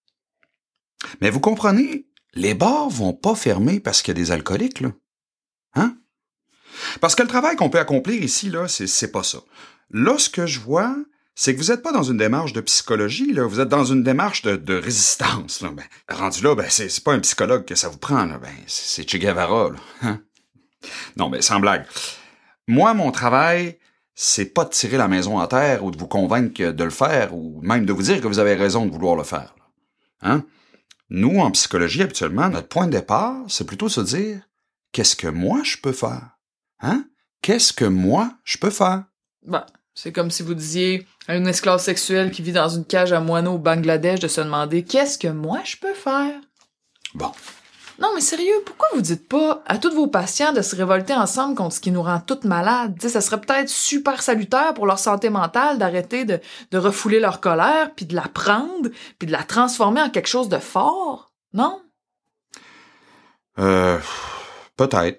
Mais vous comprenez, les bars vont pas fermer parce qu'il y a des alcooliques, là. Hein? Parce que le travail qu'on peut accomplir ici, là, c'est pas ça. Là, ce que je vois, c'est que vous n'êtes pas dans une démarche de psychologie, là. Vous êtes dans une démarche de résistance, là. Ben, rendu là, ben, c'est pas un psychologue que ça vous prend, là. Ben, c'est Che Guevara, là. Hein? Non, mais sans blague. Moi, mon travail, c'est pas de tirer la maison en terre ou de vous convaincre de le faire ou même de vous dire que vous avez raison de vouloir le faire, là. Hein? Nous, en psychologie, habituellement, notre point de départ, c'est plutôt se dire « Qu'est-ce que moi, je peux faire? Hein? Qu'est-ce que moi, je peux faire? » Ben, c'est comme si vous disiez à une esclave sexuelle qui vit dans une cage à moineaux au Bangladesh de se demander « Qu'est-ce que moi, je peux faire? » Bon. Non, mais sérieux, pourquoi vous dites pas à tous vos patients de se révolter ensemble contre ce qui nous rend toutes malades? T'sais, ça serait peut-être super salutaire pour leur santé mentale d'arrêter de refouler leur colère, puis de la prendre, puis de la transformer en quelque chose de fort, non? Peut-être.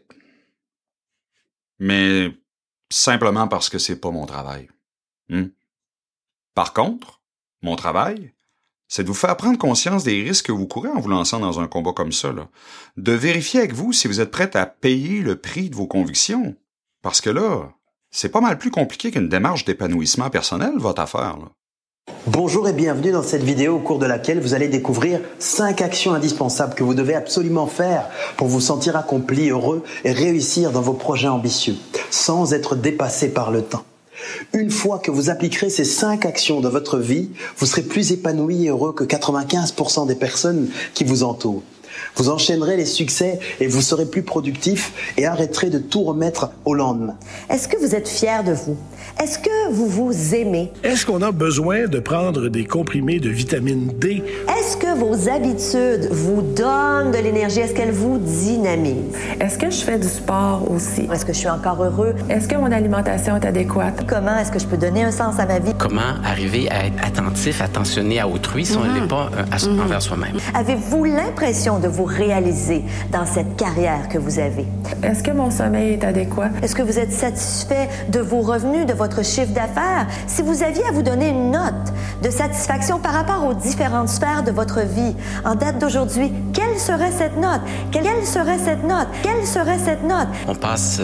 Mais simplement parce que c'est pas mon travail. Par contre, mon travail, c'est de vous faire prendre conscience des risques que vous courez en vous lançant dans un combat comme ça, là. De vérifier avec vous si vous êtes prête à payer le prix de vos convictions. Parce que là, c'est pas mal plus compliqué qu'une démarche d'épanouissement personnel, votre affaire, là. Bonjour et bienvenue dans cette vidéo au cours de laquelle vous allez découvrir 5 actions indispensables que vous devez absolument faire pour vous sentir accompli, heureux et réussir dans vos projets ambitieux, sans être dépassé par le temps. Une fois que vous appliquerez ces 5 actions dans votre vie, vous serez plus épanoui et heureux que 95% des personnes qui vous entourent. Vous enchaînerez les succès et vous serez plus productif et arrêterez de tout remettre au lendemain. Est-ce que vous êtes fier de vous? Est-ce que vous vous aimez? Est-ce qu'on a besoin de prendre des comprimés de vitamine D? Est-ce que vos habitudes vous donnent de l'énergie? Est-ce qu'elles vous dynamisent? Est-ce que je fais du sport aussi? Est-ce que je suis encore heureux? Est-ce que mon alimentation est adéquate? Comment est-ce que je peux donner un sens à ma vie? Comment arriver à être attentif, attentionné à autrui si on ne l'est pas envers soi-même? Avez-vous l'impression de vous réaliser dans cette carrière que vous avez? Est-ce que mon sommeil est adéquat? Est-ce que vous êtes satisfait de vos revenus, de votre chiffre d'affaires? Si vous aviez à vous donner une note de satisfaction par rapport aux différentes sphères de votre vie, en date d'aujourd'hui, quelle serait cette note? Quelle serait cette note? Quelle serait cette note? On passe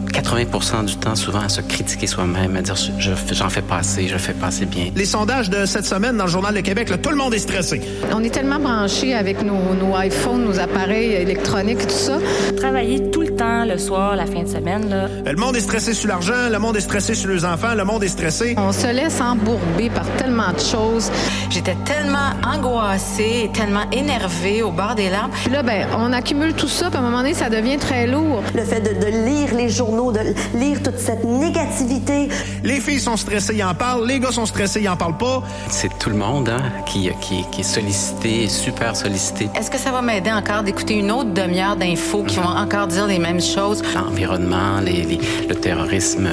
80% du temps souvent à se critiquer soi-même, à dire j'en fais pas assez, je fais pas assez bien. Les sondages de cette semaine dans le Journal de Québec, là, tout le monde est stressé. On est tellement branchés avec nos iPhones, nos appareils électroniques, tout ça. Travailler tout le temps, le soir, la fin de semaine, là. Le monde est stressé sur l'argent, le monde est stressé sur les enfants, le monde est stressé. On se laisse embourber par tellement de choses. J'étais tellement angoissée, tellement énervée au bord des larmes. Puis là, on accumule tout ça, puis à un moment donné, ça devient très lourd. Le fait de lire les journaux, de lire toute cette négativité. Les filles sont stressées, ils en parlent. Les gars sont stressés, ils en parlent pas. C'est tout le monde qui est sollicité, super sollicité. Est-ce que ça va m'aider encore d'écouter une autre demi-heure d'infos qui vont encore dire les mêmes choses? L'environnement, le terrorisme,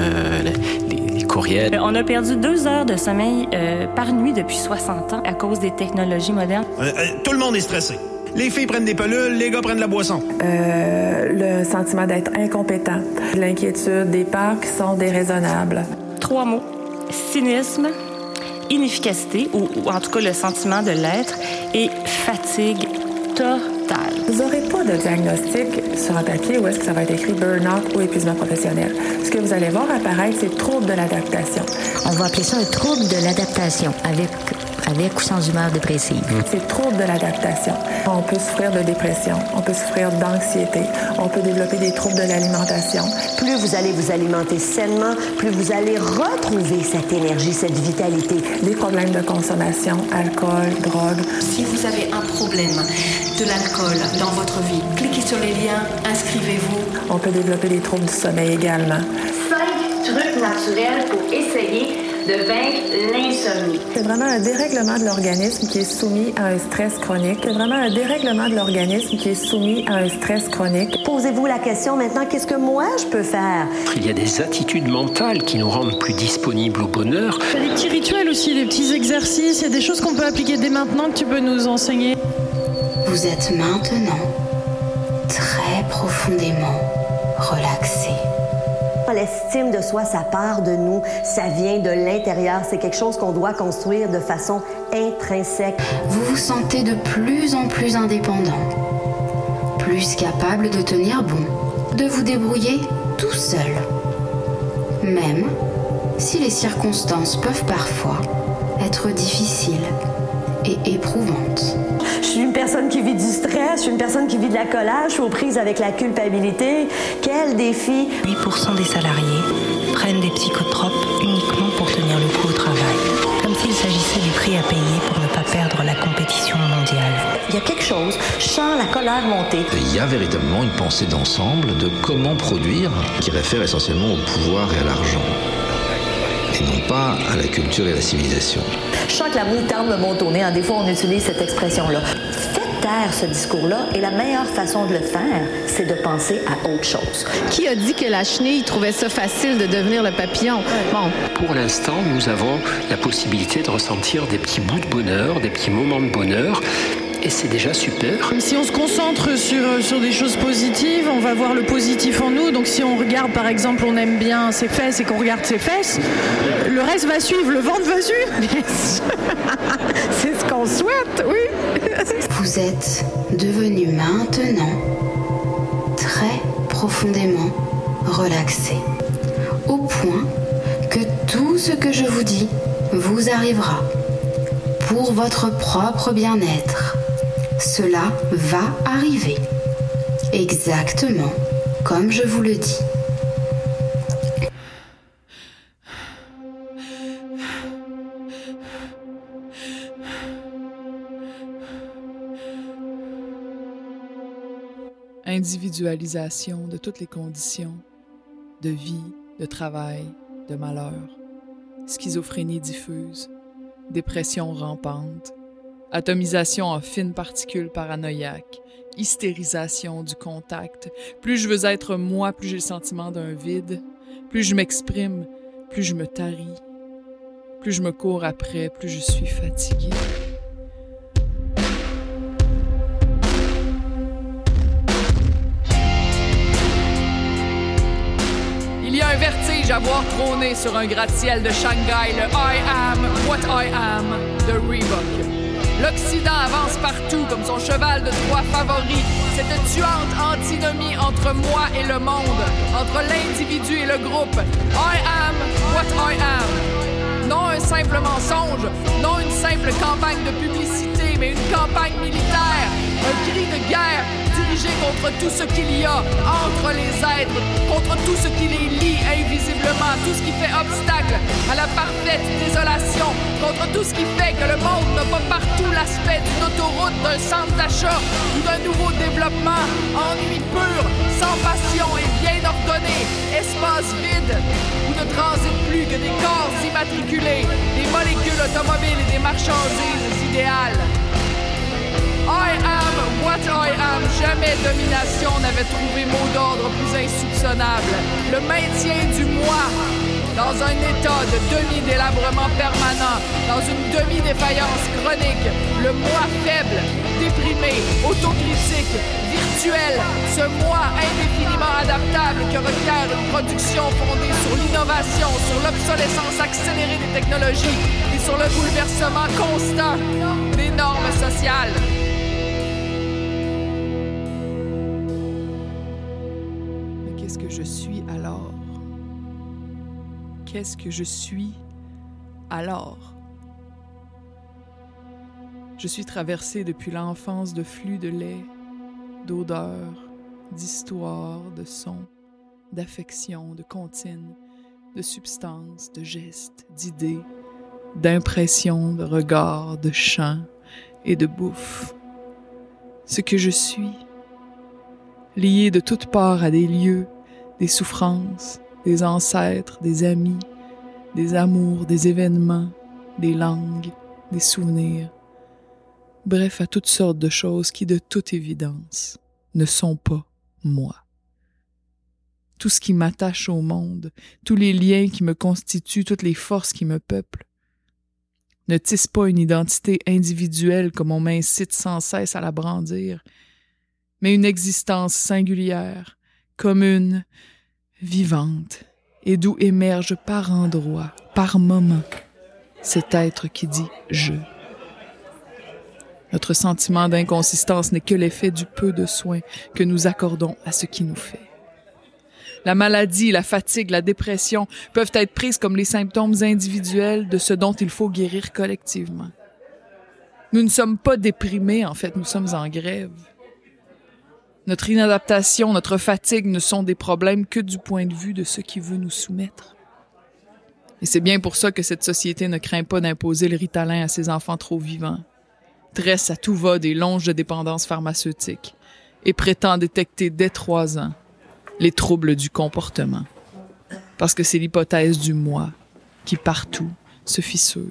les courriels. On a perdu 2 heures de sommeil par nuit depuis 60 ans à cause des technologies modernes. Tout le monde est stressé. Les filles prennent des pilules, les gars prennent de la boisson. Le sentiment d'être incompétent, l'inquiétude, des peurs qui sont déraisonnables. 3 mots. Cynisme, inefficacité, ou en tout cas le sentiment de l'être, et fatigue totale. Vous n'aurez pas de diagnostic sur un papier où est-ce que ça va être écrit burn-out ou épuisement professionnel. Ce que vous allez voir apparaître, c'est trouble de l'adaptation. On va appeler ça un trouble de l'adaptation, avec ou sans humeur dépressive. C'est trouble de l'adaptation. On peut souffrir de dépression, on peut souffrir d'anxiété, on peut développer des troubles de l'alimentation. Plus vous allez vous alimenter sainement, plus vous allez retrouver cette énergie, cette vitalité. Des problèmes de consommation, alcool, drogue. Si vous avez un problème de l'alcool dans votre vie, cliquez sur les liens, inscrivez-vous. On peut développer des troubles du sommeil également. 5 trucs naturels pour essayer de vaincre l'insomnie. C'est vraiment un dérèglement de l'organisme qui est soumis à un stress chronique. C'est vraiment un dérèglement de l'organisme qui est soumis à un stress chronique. Posez-vous la question maintenant, qu'est-ce que moi je peux faire? Il y a des attitudes mentales qui nous rendent plus disponibles au bonheur. Il y a des petits rituels aussi, des petits exercices, il y a des choses qu'on peut appliquer dès maintenant que tu peux nous enseigner. Vous êtes maintenant très profondément relaxé. L'estime de soi, ça part de nous, ça vient de l'intérieur. C'est quelque chose qu'on doit construire de façon intrinsèque. Vous vous sentez de plus en plus indépendant, plus capable de tenir bon, de vous débrouiller tout seul. Même si les circonstances peuvent parfois être difficiles et éprouvantes. Je suis une personne qui vit du stress, je suis une personne qui vit de la colère, je suis aux prises avec la culpabilité. Quel défi! 8% des salariés prennent des psychotropes uniquement pour tenir le coup au travail, comme s'il s'agissait du prix à payer pour ne pas perdre la compétition mondiale. Il y a quelque chose, je sens la colère monter. Il y a véritablement une pensée d'ensemble de comment produire qui réfère essentiellement au pouvoir et à l'argent, et non pas à la culture et à la civilisation. Je sens que la moutarde me monte au nez. Des fois, on utilise cette expression-là. Faites taire ce discours-là et la meilleure façon de le faire, c'est de penser à autre chose. Qui a dit que la chenille trouvait ça facile de devenir le papillon? Bon. Pour l'instant, nous avons la possibilité de ressentir des petits bouts de bonheur, des petits moments de bonheur. Et et c'est déjà super. Si on se concentre sur des choses positives, on va voir le positif en nous. Donc si on regarde, par exemple, on aime bien ses fesses et qu'on regarde ses fesses, le reste va suivre, le ventre va suivre. C'est ce qu'on souhaite, oui. Vous êtes devenu maintenant très profondément relaxé, au point que tout ce que je vous dis vous arrivera pour votre propre bien-être. Cela va arriver, exactement comme je vous le dis. Individualisation de toutes les conditions de vie, de travail, de malheur, schizophrénie diffuse, dépression rampante, atomisation en fines particules paranoïaques, hystérisation du contact. Plus je veux être moi, plus j'ai le sentiment d'un vide. Plus je m'exprime, plus je me taris. Plus je me cours après, plus je suis fatiguée. Il y a un vertige à voir trôner sur un gratte-ciel de Shanghai, le I am what I am de Reebok. L'Occident avance partout comme son cheval de Troie favori, cette tuante antinomie entre moi et le monde, entre l'individu et le groupe. I am what I am. Non un simple mensonge, non une simple campagne de publicité, mais une campagne militaire, un cri de guerre dirigé contre tout ce qu'il y a entre les êtres, contre tout ce qui les lie invisiblement, tout ce qui fait obstacle à la parfaite désolation, contre tout ce qui fait que le monde n'a pas partout l'aspect d'une autoroute, d'un centre d'achat ou d'un nouveau développement, ennui pur, sans passion et bien ordonné, espace vide où ne transitent plus que des corps immatriculés, des molécules automobiles et des marchandises idéales. I am what I am. Jamais domination n'avait trouvé mot d'ordre plus insoupçonnable. Le maintien du moi dans un état de demi-délabrement permanent, dans une demi-défaillance chronique. Le moi faible, déprimé, autocritique, virtuel. Ce moi indéfiniment adaptable que requiert une production fondée sur l'innovation, sur l'obsolescence accélérée des technologies et sur le bouleversement constant des normes sociales. Qu'est-ce que je suis alors? Qu'est-ce que je suis alors? Je suis traversée depuis l'enfance de flux de lait, d'odeurs, d'histoires, de sons, d'affections, de comptines, de substances, de gestes, d'idées, d'impressions, de regards, de chants et de bouffe. Ce que je suis, lié de toutes parts à des lieux, des souffrances, des ancêtres, des amis, des amours, des événements, des langues, des souvenirs. Bref, à toutes sortes de choses qui, de toute évidence, ne sont pas moi. Tout ce qui m'attache au monde, tous les liens qui me constituent, toutes les forces qui me peuplent, ne tissent pas une identité individuelle comme on m'incite sans cesse à la brandir, mais une existence singulière, commune, vivante, et d'où émerge par endroits, par moments, cet être qui dit « je ». Notre sentiment d'inconsistance n'est que l'effet du peu de soin que nous accordons à ce qui nous fait. La maladie, la fatigue, la dépression peuvent être prises comme les symptômes individuels de ce dont il faut guérir collectivement. Nous ne sommes pas déprimés, en fait, nous sommes en grève. Notre inadaptation, notre fatigue ne sont des problèmes que du point de vue de ce qui veut nous soumettre. Et c'est bien pour ça que cette société ne craint pas d'imposer le Ritalin à ses enfants trop vivants, dresse à tout va des longes de dépendance pharmaceutique et prétend détecter dès 3 ans les troubles du comportement. Parce que c'est l'hypothèse du moi qui partout se fissure.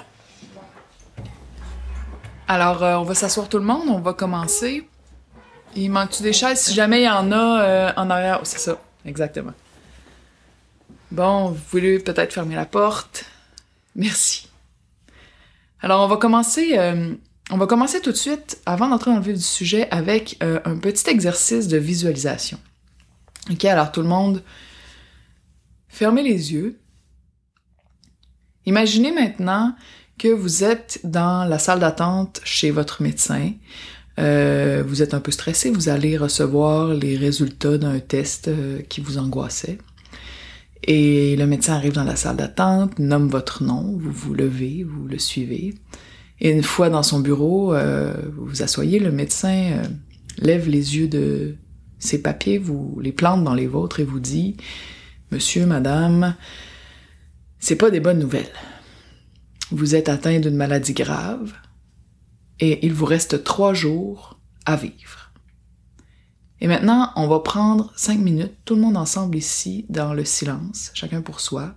Alors, on va s'asseoir tout le monde, on va commencer. Il manque-tu des chaises? Si jamais il y en a en arrière... Oh, c'est ça, exactement. Bon, vous pouvez peut-être fermer la porte. Merci. Alors, on va commencer On va commencer tout de suite, avant d'entrer dans le vif du sujet, avec un petit exercice de visualisation. OK, alors tout le monde, fermez les yeux. Imaginez maintenant que vous êtes dans la salle d'attente chez votre médecin. Vous êtes un peu stressé, vous allez recevoir les résultats d'un test qui vous angoissait. Et le médecin arrive dans la salle d'attente, nomme votre nom, vous vous levez, vous le suivez. Et une fois dans son bureau, vous vous asseyez, le médecin lève les yeux de ses papiers, vous les plante dans les vôtres et vous dit « Monsieur, madame, c'est pas des bonnes nouvelles. Vous êtes atteint d'une maladie grave et il vous reste 3 jours à vivre. » Et maintenant, on va prendre 5 minutes, tout le monde ensemble ici, dans le silence, chacun pour soi,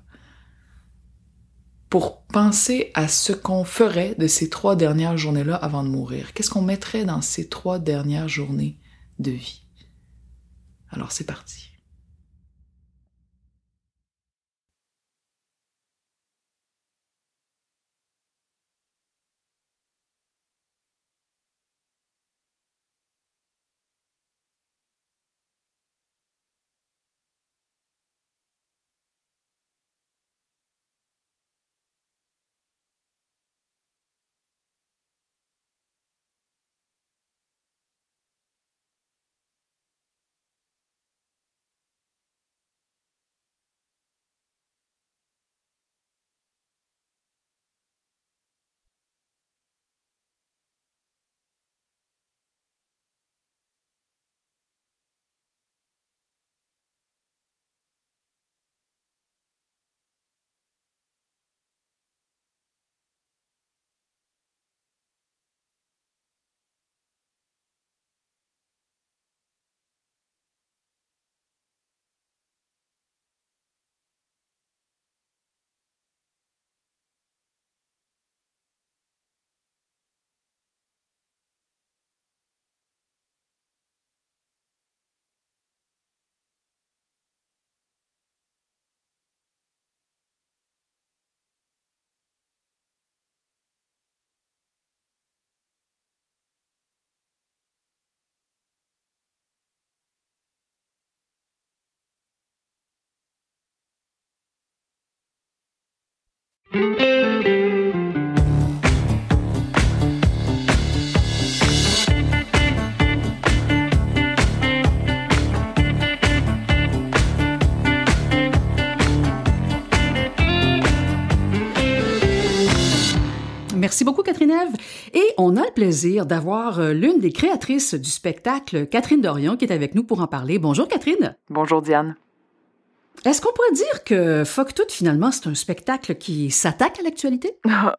pour penser à ce qu'on ferait de ces 3 dernières journées-là avant de mourir. Qu'est-ce qu'on mettrait dans ces 3 dernières journées de vie? Alors c'est parti. Merci beaucoup, Catherine Ève. Et on a le plaisir d'avoir l'une des créatrices du spectacle, Catherine Dorion, qui est avec nous pour en parler. Bonjour, Catherine. Bonjour, Diane. Est-ce qu'on pourrait dire que Fuck Tout, finalement, c'est un spectacle qui s'attaque à l'actualité?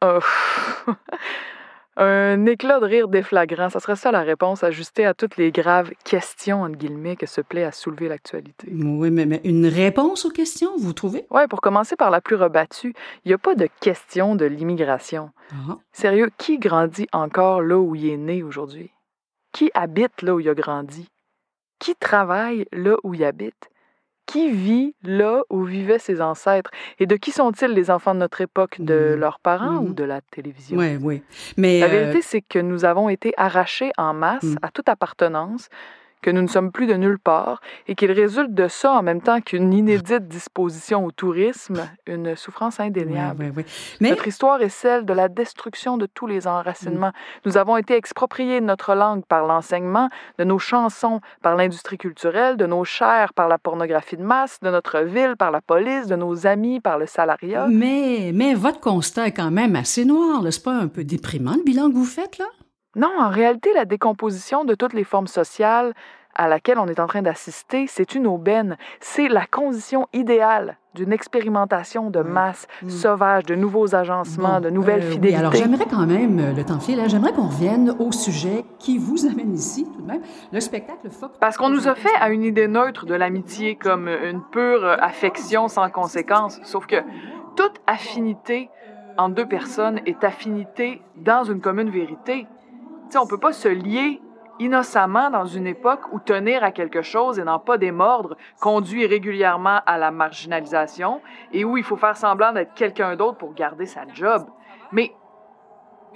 Un éclat de rire déflagrant, ça serait ça la réponse, ajustée à toutes les graves questions, entre guillemets, que se plaît à soulever l'actualité. Oui, mais une réponse aux questions, vous trouvez? Oui, pour commencer par la plus rebattue, il n'y a pas de question de l'immigration. Ah. Sérieux, qui grandit encore là où il est né aujourd'hui? Qui habite là où il a grandi? Qui travaille là où il habite? Qui vit là où vivaient ses ancêtres? Et de qui sont-ils les enfants de notre époque? De leurs parents ou de la télévision? Oui. Mais la vérité, c'est que nous avons été arrachés en masse à toute appartenance, que nous ne sommes plus de nulle part et qu'il résulte de ça, en même temps qu'une inédite disposition au tourisme, une souffrance indéniable. Oui. Mais... Notre histoire est celle de la destruction de tous les enracinements. Nous avons été expropriés de notre langue par l'enseignement, de nos chansons par l'industrie culturelle, de nos chairs par la pornographie de masse, de notre ville par la police, de nos amis par le salariat. Mais votre constat est quand même assez noir, là. C'est pas un peu déprimant, le bilan que vous faites, là? Non, en réalité, la décomposition de toutes les formes sociales à laquelle on est en train d'assister, c'est une aubaine. C'est la condition idéale d'une expérimentation de masse sauvage, de nouveaux agencements, de nouvelles fidélités. Oui, alors j'aimerais quand même, le temps file, j'aimerais qu'on revienne au sujet qui vous amène ici, tout de même, le spectacle Fuck Tout. Parce qu'on nous a fait à une idée neutre de l'amitié comme une pure affection sans conséquence, sauf que toute affinité entre 2 personnes est affinité dans une commune vérité. T'sais, on peut pas se lier innocemment dans une époque où tenir à quelque chose et n'en pas démordre conduit régulièrement à la marginalisation et où il faut faire semblant d'être quelqu'un d'autre pour garder sa job. Mais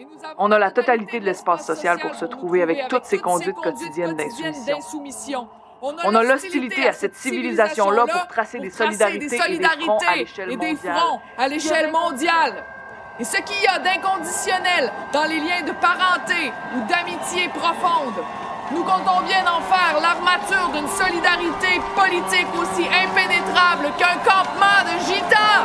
On a la totalité de l'espace social pour se trouver avec toutes ces conduites quotidiennes d'insoumission. On a l'hostilité à cette civilisation-là pour tracer des solidarités et des fronts à l'échelle mondiale. Et ce qu'il y a d'inconditionnel dans les liens de parenté ou d'amitié profonde, nous comptons bien en faire l'armature d'une solidarité politique aussi impénétrable qu'un campement de gitans.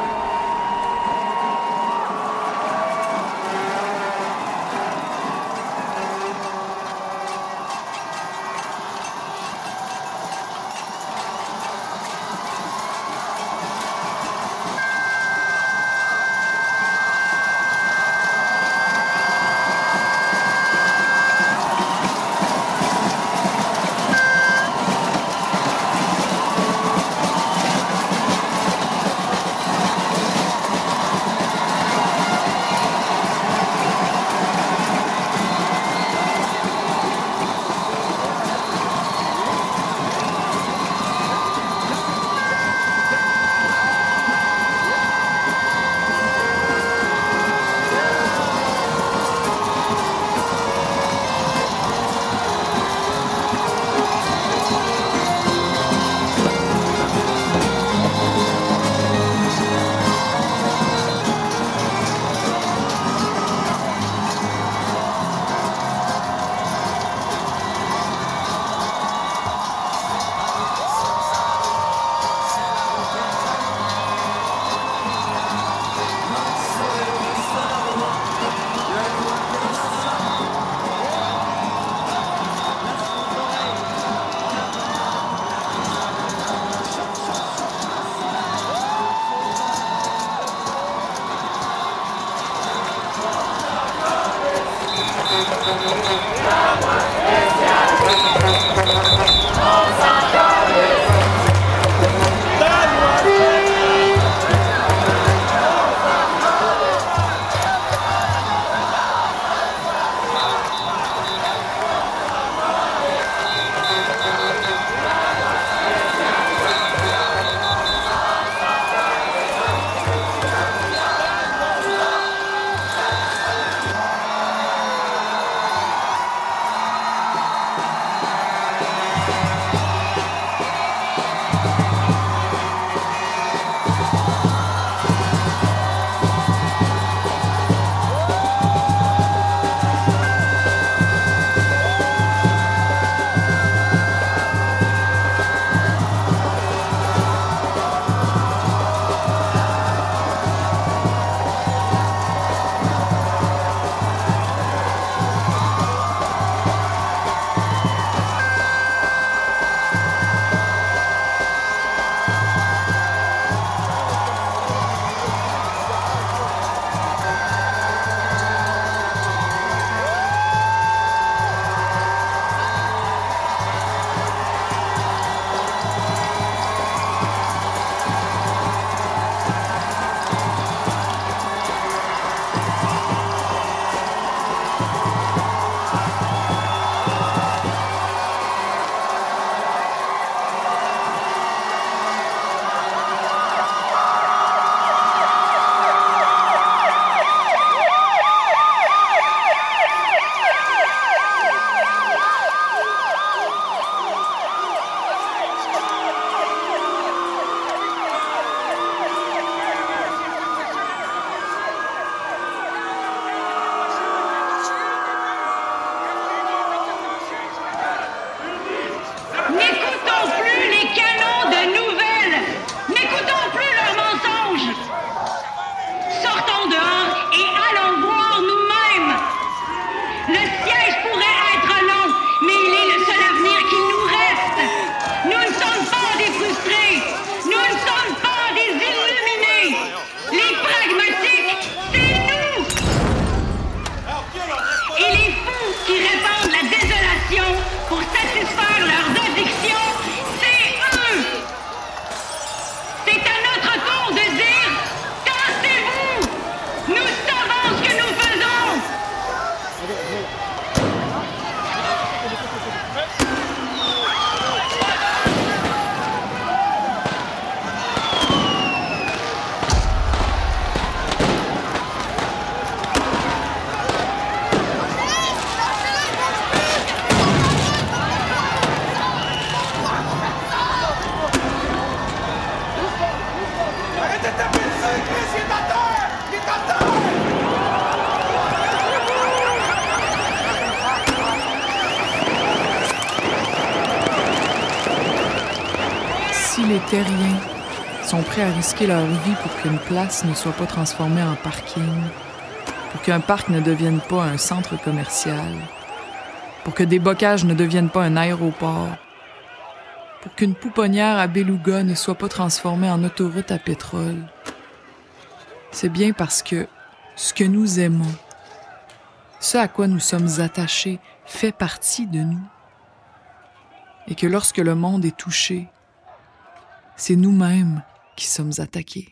tous les terriens sont prêts à risquer leur vie pour qu'une place ne soit pas transformée en parking, pour qu'un parc ne devienne pas un centre commercial, pour que des bocages ne deviennent pas un aéroport, pour qu'une pouponnière à beluga ne soit pas transformée en autoroute à pétrole. C'est bien parce que ce que nous aimons, ce à quoi nous sommes attachés, fait partie de nous. Et que lorsque le monde est touché, c'est nous-mêmes qui sommes attaqués.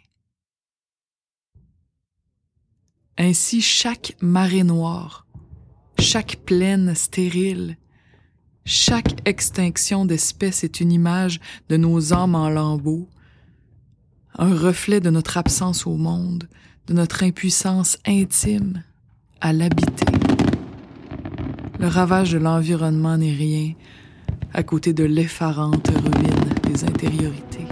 Ainsi, chaque marée noire, chaque plaine stérile, chaque extinction d'espèces est une image de nos âmes en lambeaux, un reflet de notre absence au monde, de notre impuissance intime à l'habiter. Le ravage de l'environnement n'est rien à côté de l'effarante ruine des intériorités.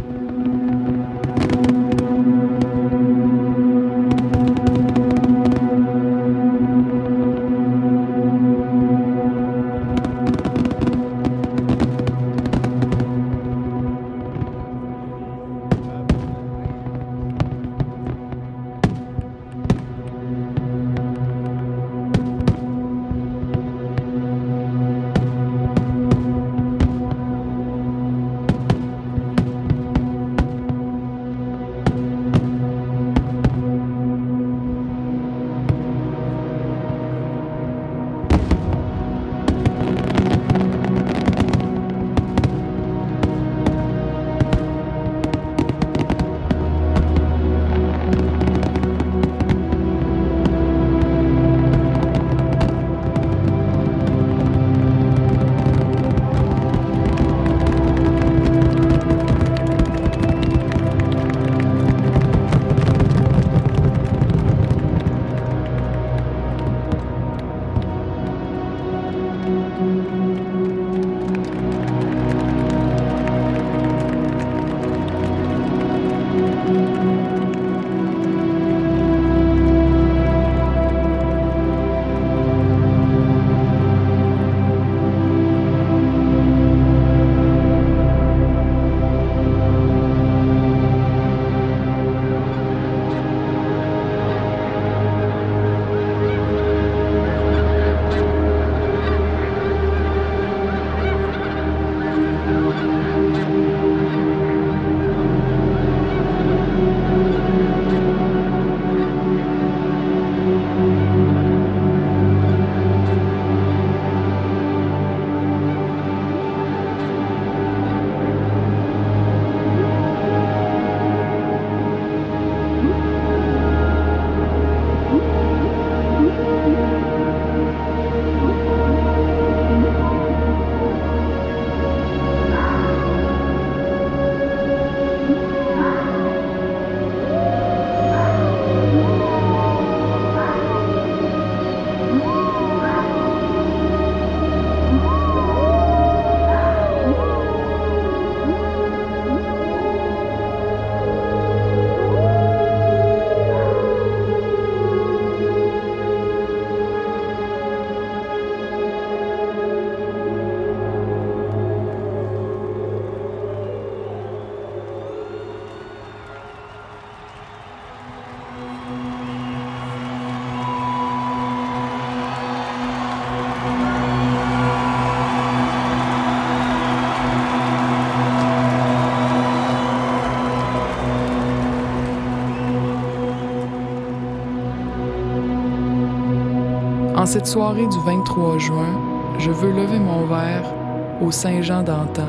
En cette soirée du 23 juin, je veux lever mon verre au Saint-Jean d'antan,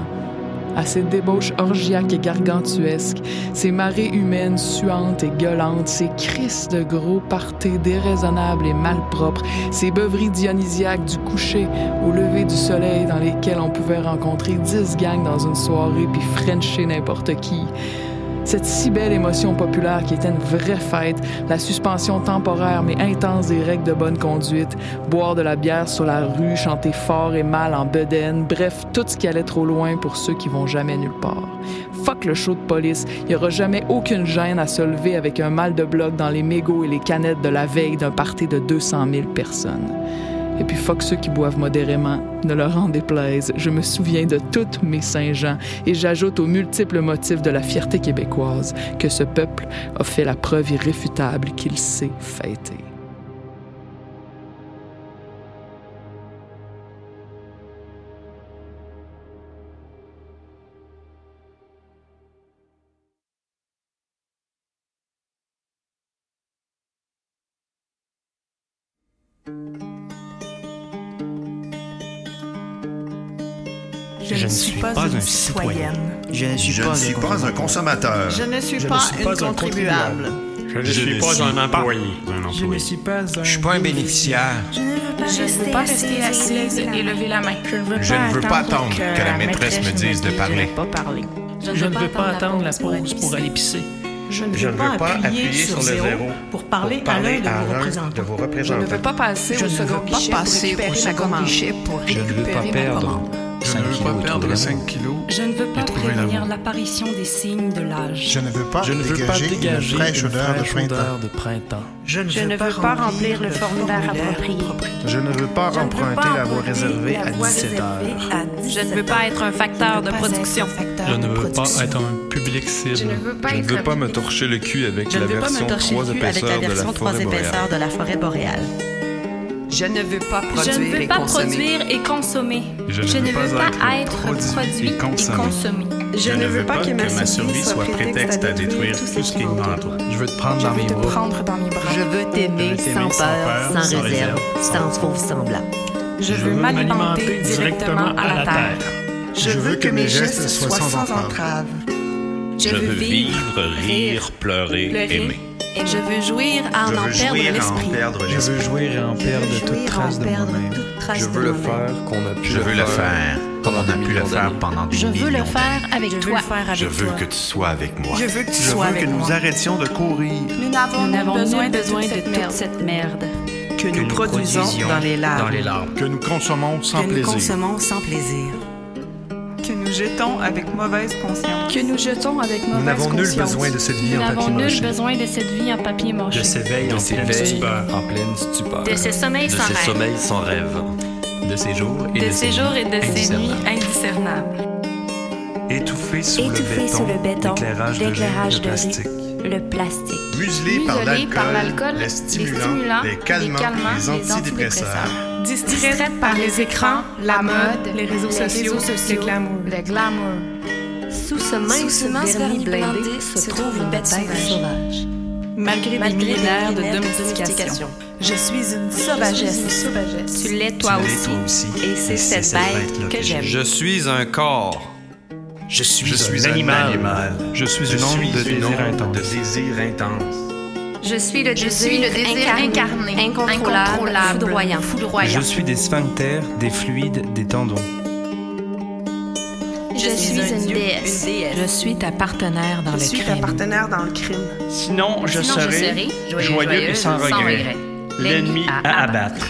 à ces débauches orgiaques et gargantuesques, ces marées humaines suantes et gueulantes, ces crises de gros parties déraisonnables et malpropres, ces beuveries dionysiaques du coucher au lever du soleil dans lesquelles on pouvait rencontrer 10 gangs dans une soirée puis frencher n'importe qui. Cette si belle émotion populaire qui était une vraie fête, la suspension temporaire mais intense des règles de bonne conduite, boire de la bière sur la rue, chanter fort et mal en bedaine, bref, tout ce qui allait trop loin pour ceux qui vont jamais nulle part. Fuck le show de police, il n'y aura jamais aucune gêne à se lever avec un mal de bloc dans les mégots et les canettes de la veille d'un party de 200 000 personnes. Et puis fuck ceux qui boivent modérément, ne leur en déplaise. Je me souviens de toutes mes Saint-Jean et j'ajoute aux multiples motifs de la fierté québécoise que ce peuple a fait la preuve irréfutable qu'il sait fêter. Je ne suis pas une citoyenne. Je ne suis pas un consommateur. Je ne suis pas une contribuable. Je ne suis pas un employé. Je ne suis pas un bénéficiaire. Je ne veux pas rester assise et lever la main. Je ne veux pas attendre que la maîtresse me dise de parler. Je ne veux pas attendre la pause pour aller pisser. Je ne veux pas appuyer sur le zéro pour parler à l'un de vos représentants. Je ne veux pas passer au second guichet pour récupérer ma commande. Je ne veux pas perdre 5 kilos. Je ne veux pas prévenir l'apparition des signes de l'âge. Je ne veux pas dégager une fraîche odeur de printemps. Je ne veux pas remplir le formulaire approprié. Je ne veux pas emprunter la voie réservée à 17 heures. Je ne veux pas être un facteur de production. Je ne veux pas être un public cible. Je ne veux pas me torcher le cul avec la version 3 épaisseurs de la forêt boréale. Je ne veux pas produire et consommer. Je ne veux pas être produit et consommé. Je ne veux pas que ma survie soit prétexte à détruire tout ce qui m'entoure. Je veux te prendre dans mes bras. Je veux t'aimer sans peur, sans réserve, sans faux semblant. Je veux m'alimenter directement à la terre. Je veux que mes gestes soient sans entrave. Je veux vivre, rire, pleurer, aimer. Je veux jouir à en perdre l'esprit. Je veux jouir et en perdre toute trace de moi-même. Je veux le faire comme on a pu le faire pendant des millions. Je veux le faire avec toi. Je veux que tu sois avec moi. Je veux que nous arrêtions de courir. Nous n'avons besoin de toute cette merde. Que nous produisons dans les larmes. Que nous consommons sans plaisir. Que nous jetons avec mauvaise conscience. Nous n'avons nul besoin de cette vie en papier mâché. De ces veilles en pleine stupeur. De ces sommeils sans rêve. De ces jours et de ces nuits indiscernables. Étouffés sous le béton, l'éclairage de rue, le plastique. Muselés par l'alcool, les stimulants, les calmants, les antidépresseurs. Distraite par les écrans, la mode, les réseaux sociaux, le glamour. Sous ce mince vernis blindé se trouve une bête sauvage. Malgré des millénaires de domestication. Je suis une sauvagesse. Tu l'es toi aussi. Et c'est cette bête que j'aime. Je suis un corps. Je suis un animal. Je suis une onde de désir intense. Je suis le désir incarné, incontrôlable, foudroyant. Je suis des sphincters, des fluides, des tendons. Je suis une déesse. Je suis ta partenaire dans le crime. Sinon, je serai joyeux et sans regret. L'ennemi à abattre.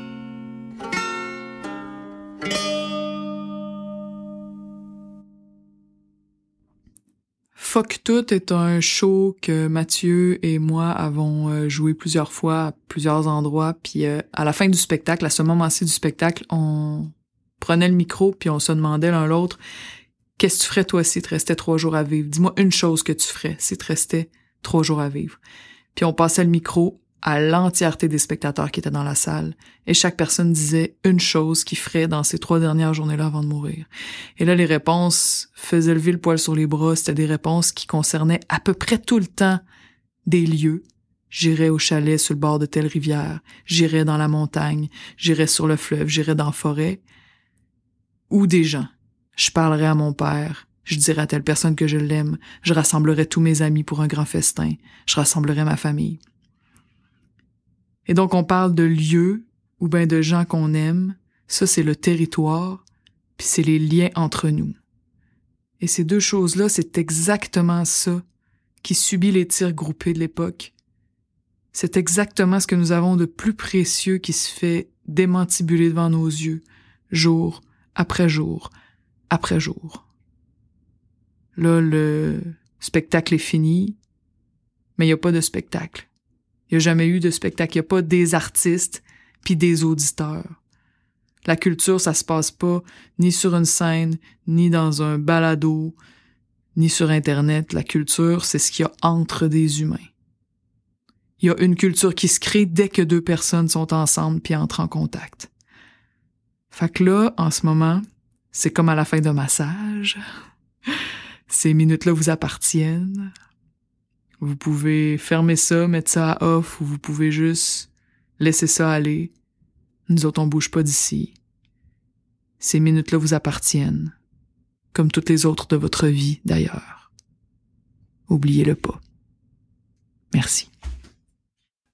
Fuck Tout est un show que Mathieu et moi avons joué plusieurs fois à plusieurs endroits, puis à la fin du spectacle, à ce moment-ci du spectacle, on prenait le micro puis on se demandait l'un l'autre « Qu'est-ce que tu ferais toi si te restait 3 jours à vivre? Dis-moi une chose que tu ferais si te restait 3 jours à vivre. » Puis on passait le micro à l'entièreté des spectateurs qui étaient dans la salle, et chaque personne disait une chose qu'il ferait dans ces 3 dernières journées-là avant de mourir. Et là, les réponses faisaient lever le poil sur les bras. C'était des réponses qui concernaient à peu près tout le temps des lieux. J'irais au chalet sur le bord de telle rivière, j'irais dans la montagne, j'irais sur le fleuve, j'irais dans la forêt. Ou des gens. Je parlerais à mon père, je dirais à telle personne que je l'aime, je rassemblerais tous mes amis pour un grand festin, je rassemblerais ma famille. Et donc, on parle de lieux ou bien de gens qu'on aime. Ça, c'est le territoire, puis c'est les liens entre nous. Et ces 2 choses-là, c'est exactement ça qui subit les tirs groupés de l'époque. C'est exactement ce que nous avons de plus précieux qui se fait démantibuler devant nos yeux, jour après jour après jour. Là, le spectacle est fini, mais il n'y a pas de spectacle. Il n'y a jamais eu de spectacle. Il n'y a pas des artistes puis des auditeurs. La culture, ça se passe pas ni sur une scène, ni dans un balado, ni sur Internet. La culture, c'est ce qu'il y a entre des humains. Il y a une culture qui se crée dès que deux personnes sont ensemble puis entrent en contact. Fait que là, en ce moment, c'est comme à la fin d'un massage. Ces minutes-là vous appartiennent. Vous pouvez fermer ça, mettre ça à off, ou vous pouvez juste laisser ça aller. Nous autres, on bouge pas d'ici. Ces minutes-là vous appartiennent, comme toutes les autres de votre vie, d'ailleurs. Oubliez-le pas. Merci.